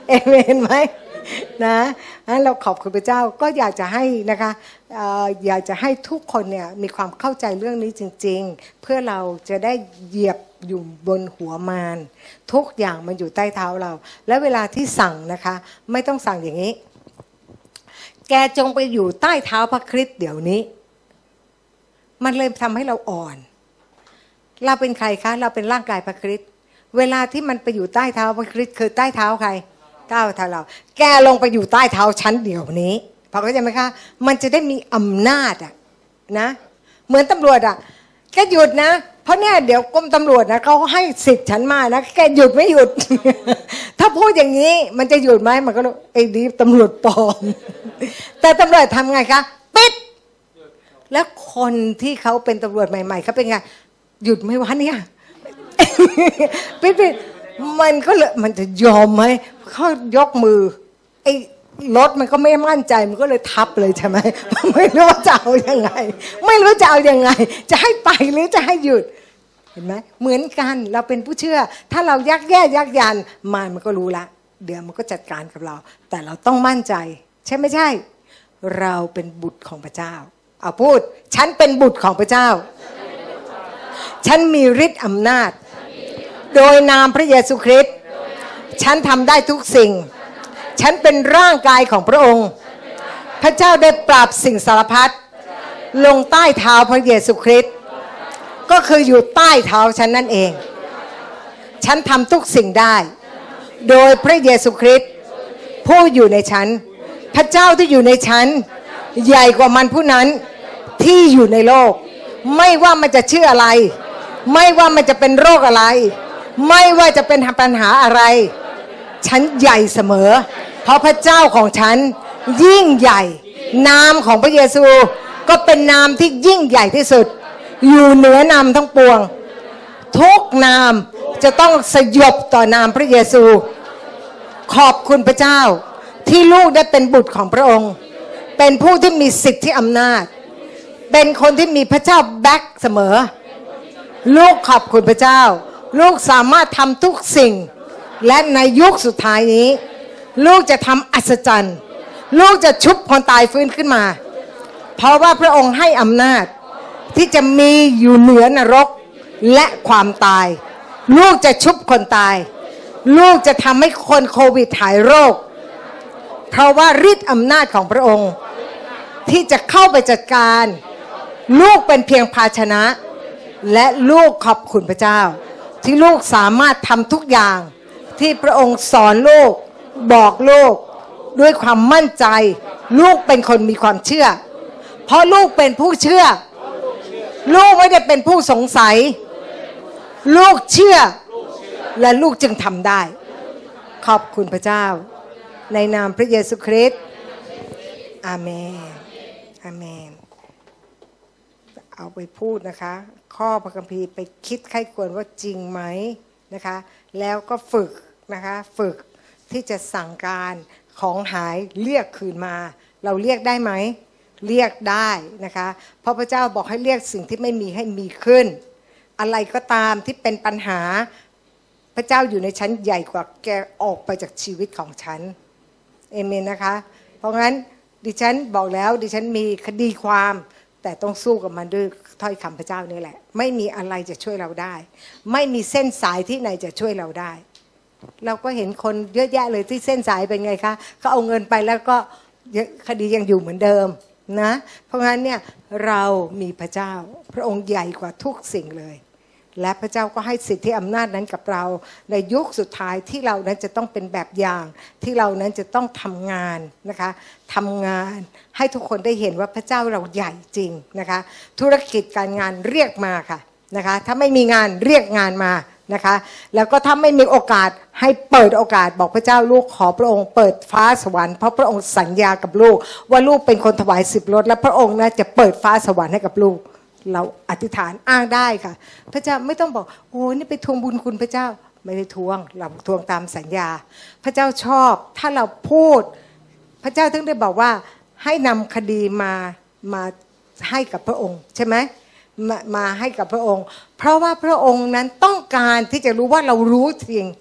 เอเมนไหมนะงั้นเราขอบคุณพระเจ้าก็อยากจะให้นะคะอยากจะให้ทุกคนเนี่ยมีความเข้าใจเรื่องนี้จริงๆเพื่อเราจะได้เหยียบอยู่บนหัวมารทุกอย่างมันอยู่ใต้เท้าเราและเวลาที่สั่งนะคะไม่ต้องสั่งอย่างนี้แกจงไปอยู่ใต้เท้าพระคริสต์เดี๋ยวนี้มันเลยทำให้เราอ่อนเราเป็นใครคะเราเป็นร่างกายพระคริสต์เวลาที่มันไปอยู่ใต้เท้าพระคริสต์คือใต้เท้าใครใต้เท้าเราแกลงไปอยู่ใต้เท้าฉันเดี๋ยวนี้พอเข้าใจไหมคะมันจะได้มีอำนาจอะนะเหมือนตำรวจอะแกหยุดนะเพราะเนี่ยเดี๋ยวกรมตำรวจนะเขาให้สิทธิ์ฉันมานะแกหยุดไม่หยุด ถ้าพูดอย่างนี้มันจะหยุดไหมมันก็ไอ้ดีตำรวจปลอม แต่ตำรวจทำไงคะปิดแล้วคนที่เขาเป็นตำรวจใหม่ๆเขาเป็นไงหยุดไม่วะเนี่ย ปิดมันก็เลยมันจะยอมไหมเขายกมือไอ้รถมันก็ไม่มั่นใจมันก็เลยทับเลยใช่ไหม ไม่รู้ว่าจะเอายังไงไม่รู้จะเอายังไงจะให้ไปหรือจะให้หยุดเห็นไหมเหมือนกันเราเป็นผู้เชื่อถ้าเรายักแย่ยักยันมันก็รู้ละเดี๋ยวมันก็จัดการกับเราแต่เราต้องมั่นใจใช่ไม่ใช่เราเป็นบุตรของพระเจ้าเอาพูดฉันเป็นบุตรของพระเจ้าฉันมีฤทธิ์อำนาจโดยนามพระเยซูคริสต์ฉันทำได้ทุกสิ่งฉันเป็นร่างกายของพระองค์พระเจ้าได้ปราบสิ่งสารพัดลงใต้เท้าพระเยซูคริสต์ก็คืออยู่ใต้เท้าฉันนั่นเองฉันทำทุกสิ่งได้โดยพระเยซูคริสต์ผู้อยู่ในฉันพระเจ้าที่อยู่ในฉันใหญ่กว่ามันผู้นั้นที่อยู่ในโลกไม่ว่ามันจะชื่ออะไรไม่ว่ามันจะเป็นโรคอะไรไม่ว่าจะเป็นปัญหาอะไรฉันใหญ่เสมอเพราะพระเจ้าของฉันยิ่งใหญ่นามของพระเยซูก็เป็นนามที่ยิ่งใหญ่ที่สุดอยู่เหนือนามทั้งปวงทุกนามจะต้องสยบต่อนามพระเยซูขอบคุณพระเจ้าที่ลูกได้เป็นบุตรของพระองค์เป็นผู้ที่มีสิทธิอำนาจเป็นคนที่มีพระเจ้าแบ็คเสมอลูกขอบคุณพระเจ้าลูกสามารถทำทุกสิ่งและในยุคสุดท้ายนี้ลูกจะทำอัศจรรย์ลูกจะชุบคนตายฟื้นขึ้นมาเพราะว่าพระองค์ให้อำนาจที่จะมีอยู่เหนือนรกและความตายลูกจะชุบคนตายลูกจะทำให้คนโควิดหายโรคเพราะว่าฤทธิ์อำนาจของพระองค์ที่จะเข้าไปจัดการลูกเป็นเพียงภาชนะและลูกขอบคุณพระเจ้าที่ลูกสามารถทำทุกอย่างที่พระองค์สอนลูกบอกลูกด้วยความมั่นใจลูกเป็นคนมีความเชื่อเพราะลูกเป็นผู้เชื่อลูกไม่ได้เป็นผู้สงสัยลูกเชื่อและลูกจึงทำได้ขอบคุณพระเจ้าในนามพระเยซูคริสต์อาเมนอาเมนเอาไปพูดนะคะข้อพระคัมภีร์ไปคิดไข้ควรว่าจริงไหมนะคะแล้วก็ฝึกนะคะฝึกที่จะสั่งการของหายเรียกคืนมาเราเรียกได้ไหมเรียกได้นะคะเพราะพระเจ้าบอกให้เรียกสิ่งที่ไม่มีให้มีขึ้นอะไรก็ตามที่เป็นปัญหาพระเจ้าอยู่ในชั้นใหญ่กว่าแกออกไปจากชีวิตของฉันเอเมนนะคะเพราะงั้นดิฉันบอกแล้วดิฉันมีคดีความแต่ต้องสู้กับมันด้วยถ้อยคำพระเจ้านี่แหละไม่มีอะไรจะช่วยเราได้ไม่มีเส้นสายที่ไหนจะช่วยเราได้เราก็เห็นคนเยอะแยะเลยที่เส้นสายเป็นไงคะเขาเอาเงินไปแล้วก็คดียังอยู่เหมือนเดิมนะเพราะงั้นเนี่ยเรามีพระเจ้าพระองค์ใหญ่กว่าทุกสิ่งเลยและพระเจ้าก็ให้สิทธิอำนาจนั้นกับเราในยุคสุดท้ายที่เรานั้นจะต้องเป็นแบบอย่างที่เรานั้นจะต้องทำงานนะคะทำงานให้ทุกคนได้เห็นว่าพระเจ้าเราใหญ่จริงนะคะธุรกิจการงานเรียกมาค่ะนะคะถ้าไม่มีงานเรียกงานมานะคะแล้วก็ถ้าไม่มีโอกาสให้เปิดโอกาสบอกพระเจ้าลูกขอพระองค์เปิดฟ้าสวรรค์เพราะพระองค์สัญญากับลูกว่าลูกเป็นคนถวาย10 รถและพระองค์น่าจะเปิดฟ้าสวรรค์ให้กับลูกเราอธิษฐานอ้างได้ค่ะพระเจ้าไม่ต้องบอกโอ้นี่ไปทวงบุญคุณพระเจ้าไม่ได้ทวงเราทวงตามสัญญาพระเจ้าชอบถ้าเราพูดพระเจ้าถึงได้บอกว่าให้นำคดีมาให้กับพระองค์ใช่ไหมมาให้กับพระองค์เพราะว่าพระองค์นั้นต้องการที่จะรู้ว่าเรารู้จริง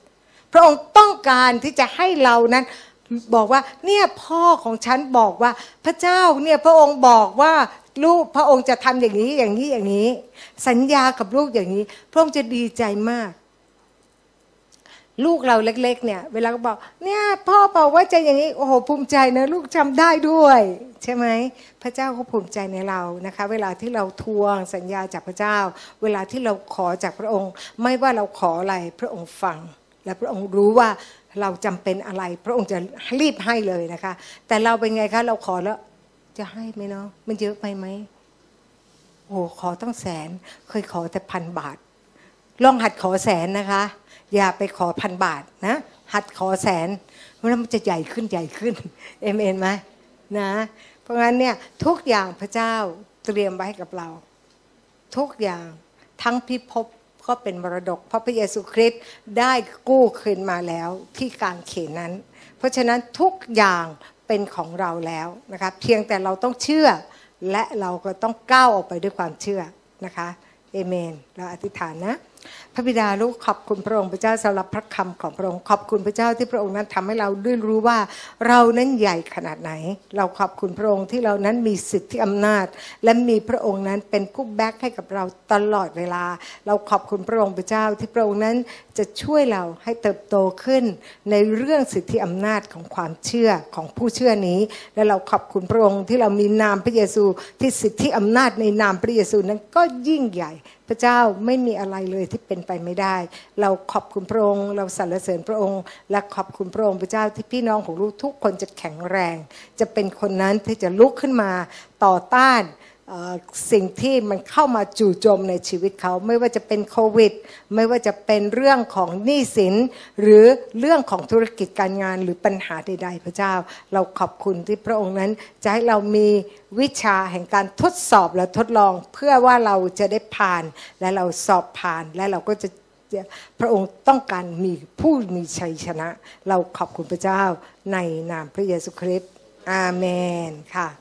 พระองค์ต้องการที่จะให้เรานั้นบอกว่าเนี่ยพ่อของฉันบอกว่าพระเจ้าเนี่ยพระองค์บอกว่าลูกพระองค์จะทำอย่างนี้อย่างนี้อย่างนี้สัญญากับลูกอย่างนี้พระองค์จะดีใจมากลูกเราเล็กๆเนี่ยเวลาก็บอกเนี่ยพ่อบอกว่าจะอย่างนี้โอ้โหภูมิใจนะลูกจำได้ด้วยใช่ไหมพระเจ้าก็ภูมิใจในเรานะคะเวลาที่เราทวงสัญญาจากพระเจ้าเวลาที่เราขอจากพระองค์ไม่ว่าเราขออะไรพระองค์ฟังและพระองค์รู้ว่าเราจำเป็นอะไรพระองค์จะรีบให้เลยนะคะแต่เราเป็นไงคะเราขอแล้วจะให้ไหมเนาะมันเยอะไปไหมโอ้ขอต้องแสนเคยขอแต่1,000 บาทลองหัดขอแสนนะคะอย่าไปขอ1,000 บาทนะหัดขอแสนแล้วมันจะใหญ่ขึ้นใหญ่ขึ้นเอเมนไหมนะเพราะงั้นเนี่ยทุกอย่างพระเจ้าเตรียมไว้ให้กับเราทุกอย่างทั้งพิภพก็เป็นมรดกเพราะพระเยซูคริสต์ได้กู้คืนมาแล้วที่กางเขนนั้นเพราะฉะนั้นทุกอย่างเป็นของเราแล้วนะคะเพียงแต่เราต้องเชื่อและเราก็ต้องก้าวออกไปด้วยความเชื่อนะคะเอเมนเราอธิษฐานนะพระบิดาลูกขอบคุณพระองค์พระเจ้าสำหรับพระคำของพระองค์ขอบคุณพระเจ้าที่พระองค์นั้นทำให้เราได้รู้ว่าเรานั้นใหญ่ขนาดไหนเราขอบคุณพระองค์ที่เรานั้นมีสิทธิอำนาจและมีพระองค์นั้นเป็นผู้แบ็คให้กับเราตลอดเวลาเราขอบคุณพระองค์พระเจ้าที่พระองค์นั้นจะช่วยเราให้เติบโตขึ้นในเรื่องสิทธิอำนาจของความเชื่อของผู้เชื่อนี้และเราขอบคุณพระองค์ที่เรามีนามพระเยซูที่สิทธิอำนาจในนามพระเยซูนั้นก็ยิ่งใหญ่พระเจ้าไม่มีอะไรเลยที่เป็นไปไม่ได้เราขอบคุณพระองค์เราสรรเสริญพระองค์และขอบคุณพระองค์พระเจ้าที่พี่น้องของลูกทุกคนจะแข็งแรงจะเป็นคนนั้นที่จะลุกขึ้นมาต่อต้านสิ่งที่มันเข้ามาจู่โจมในชีวิตเขาไม่ว่าจะเป็นโควิดไม่ว่าจะเป็นเรื่องของหนี้สินหรือเรื่องของธุรกิจการงานหรือปัญหาใดๆพระเจ้าเราขอบคุณที่พระองค์นั้นจะให้เรามีวิชาแห่งการทดสอบและทดลองเพื่อว่าเราจะได้ผ่านและเราสอบผ่านและเราก็จะพระองค์ต้องการมีผู้มีชัยชนะเราขอบคุณพระเจ้าในนามพระเยซูคริสต์อาเมนค่ะ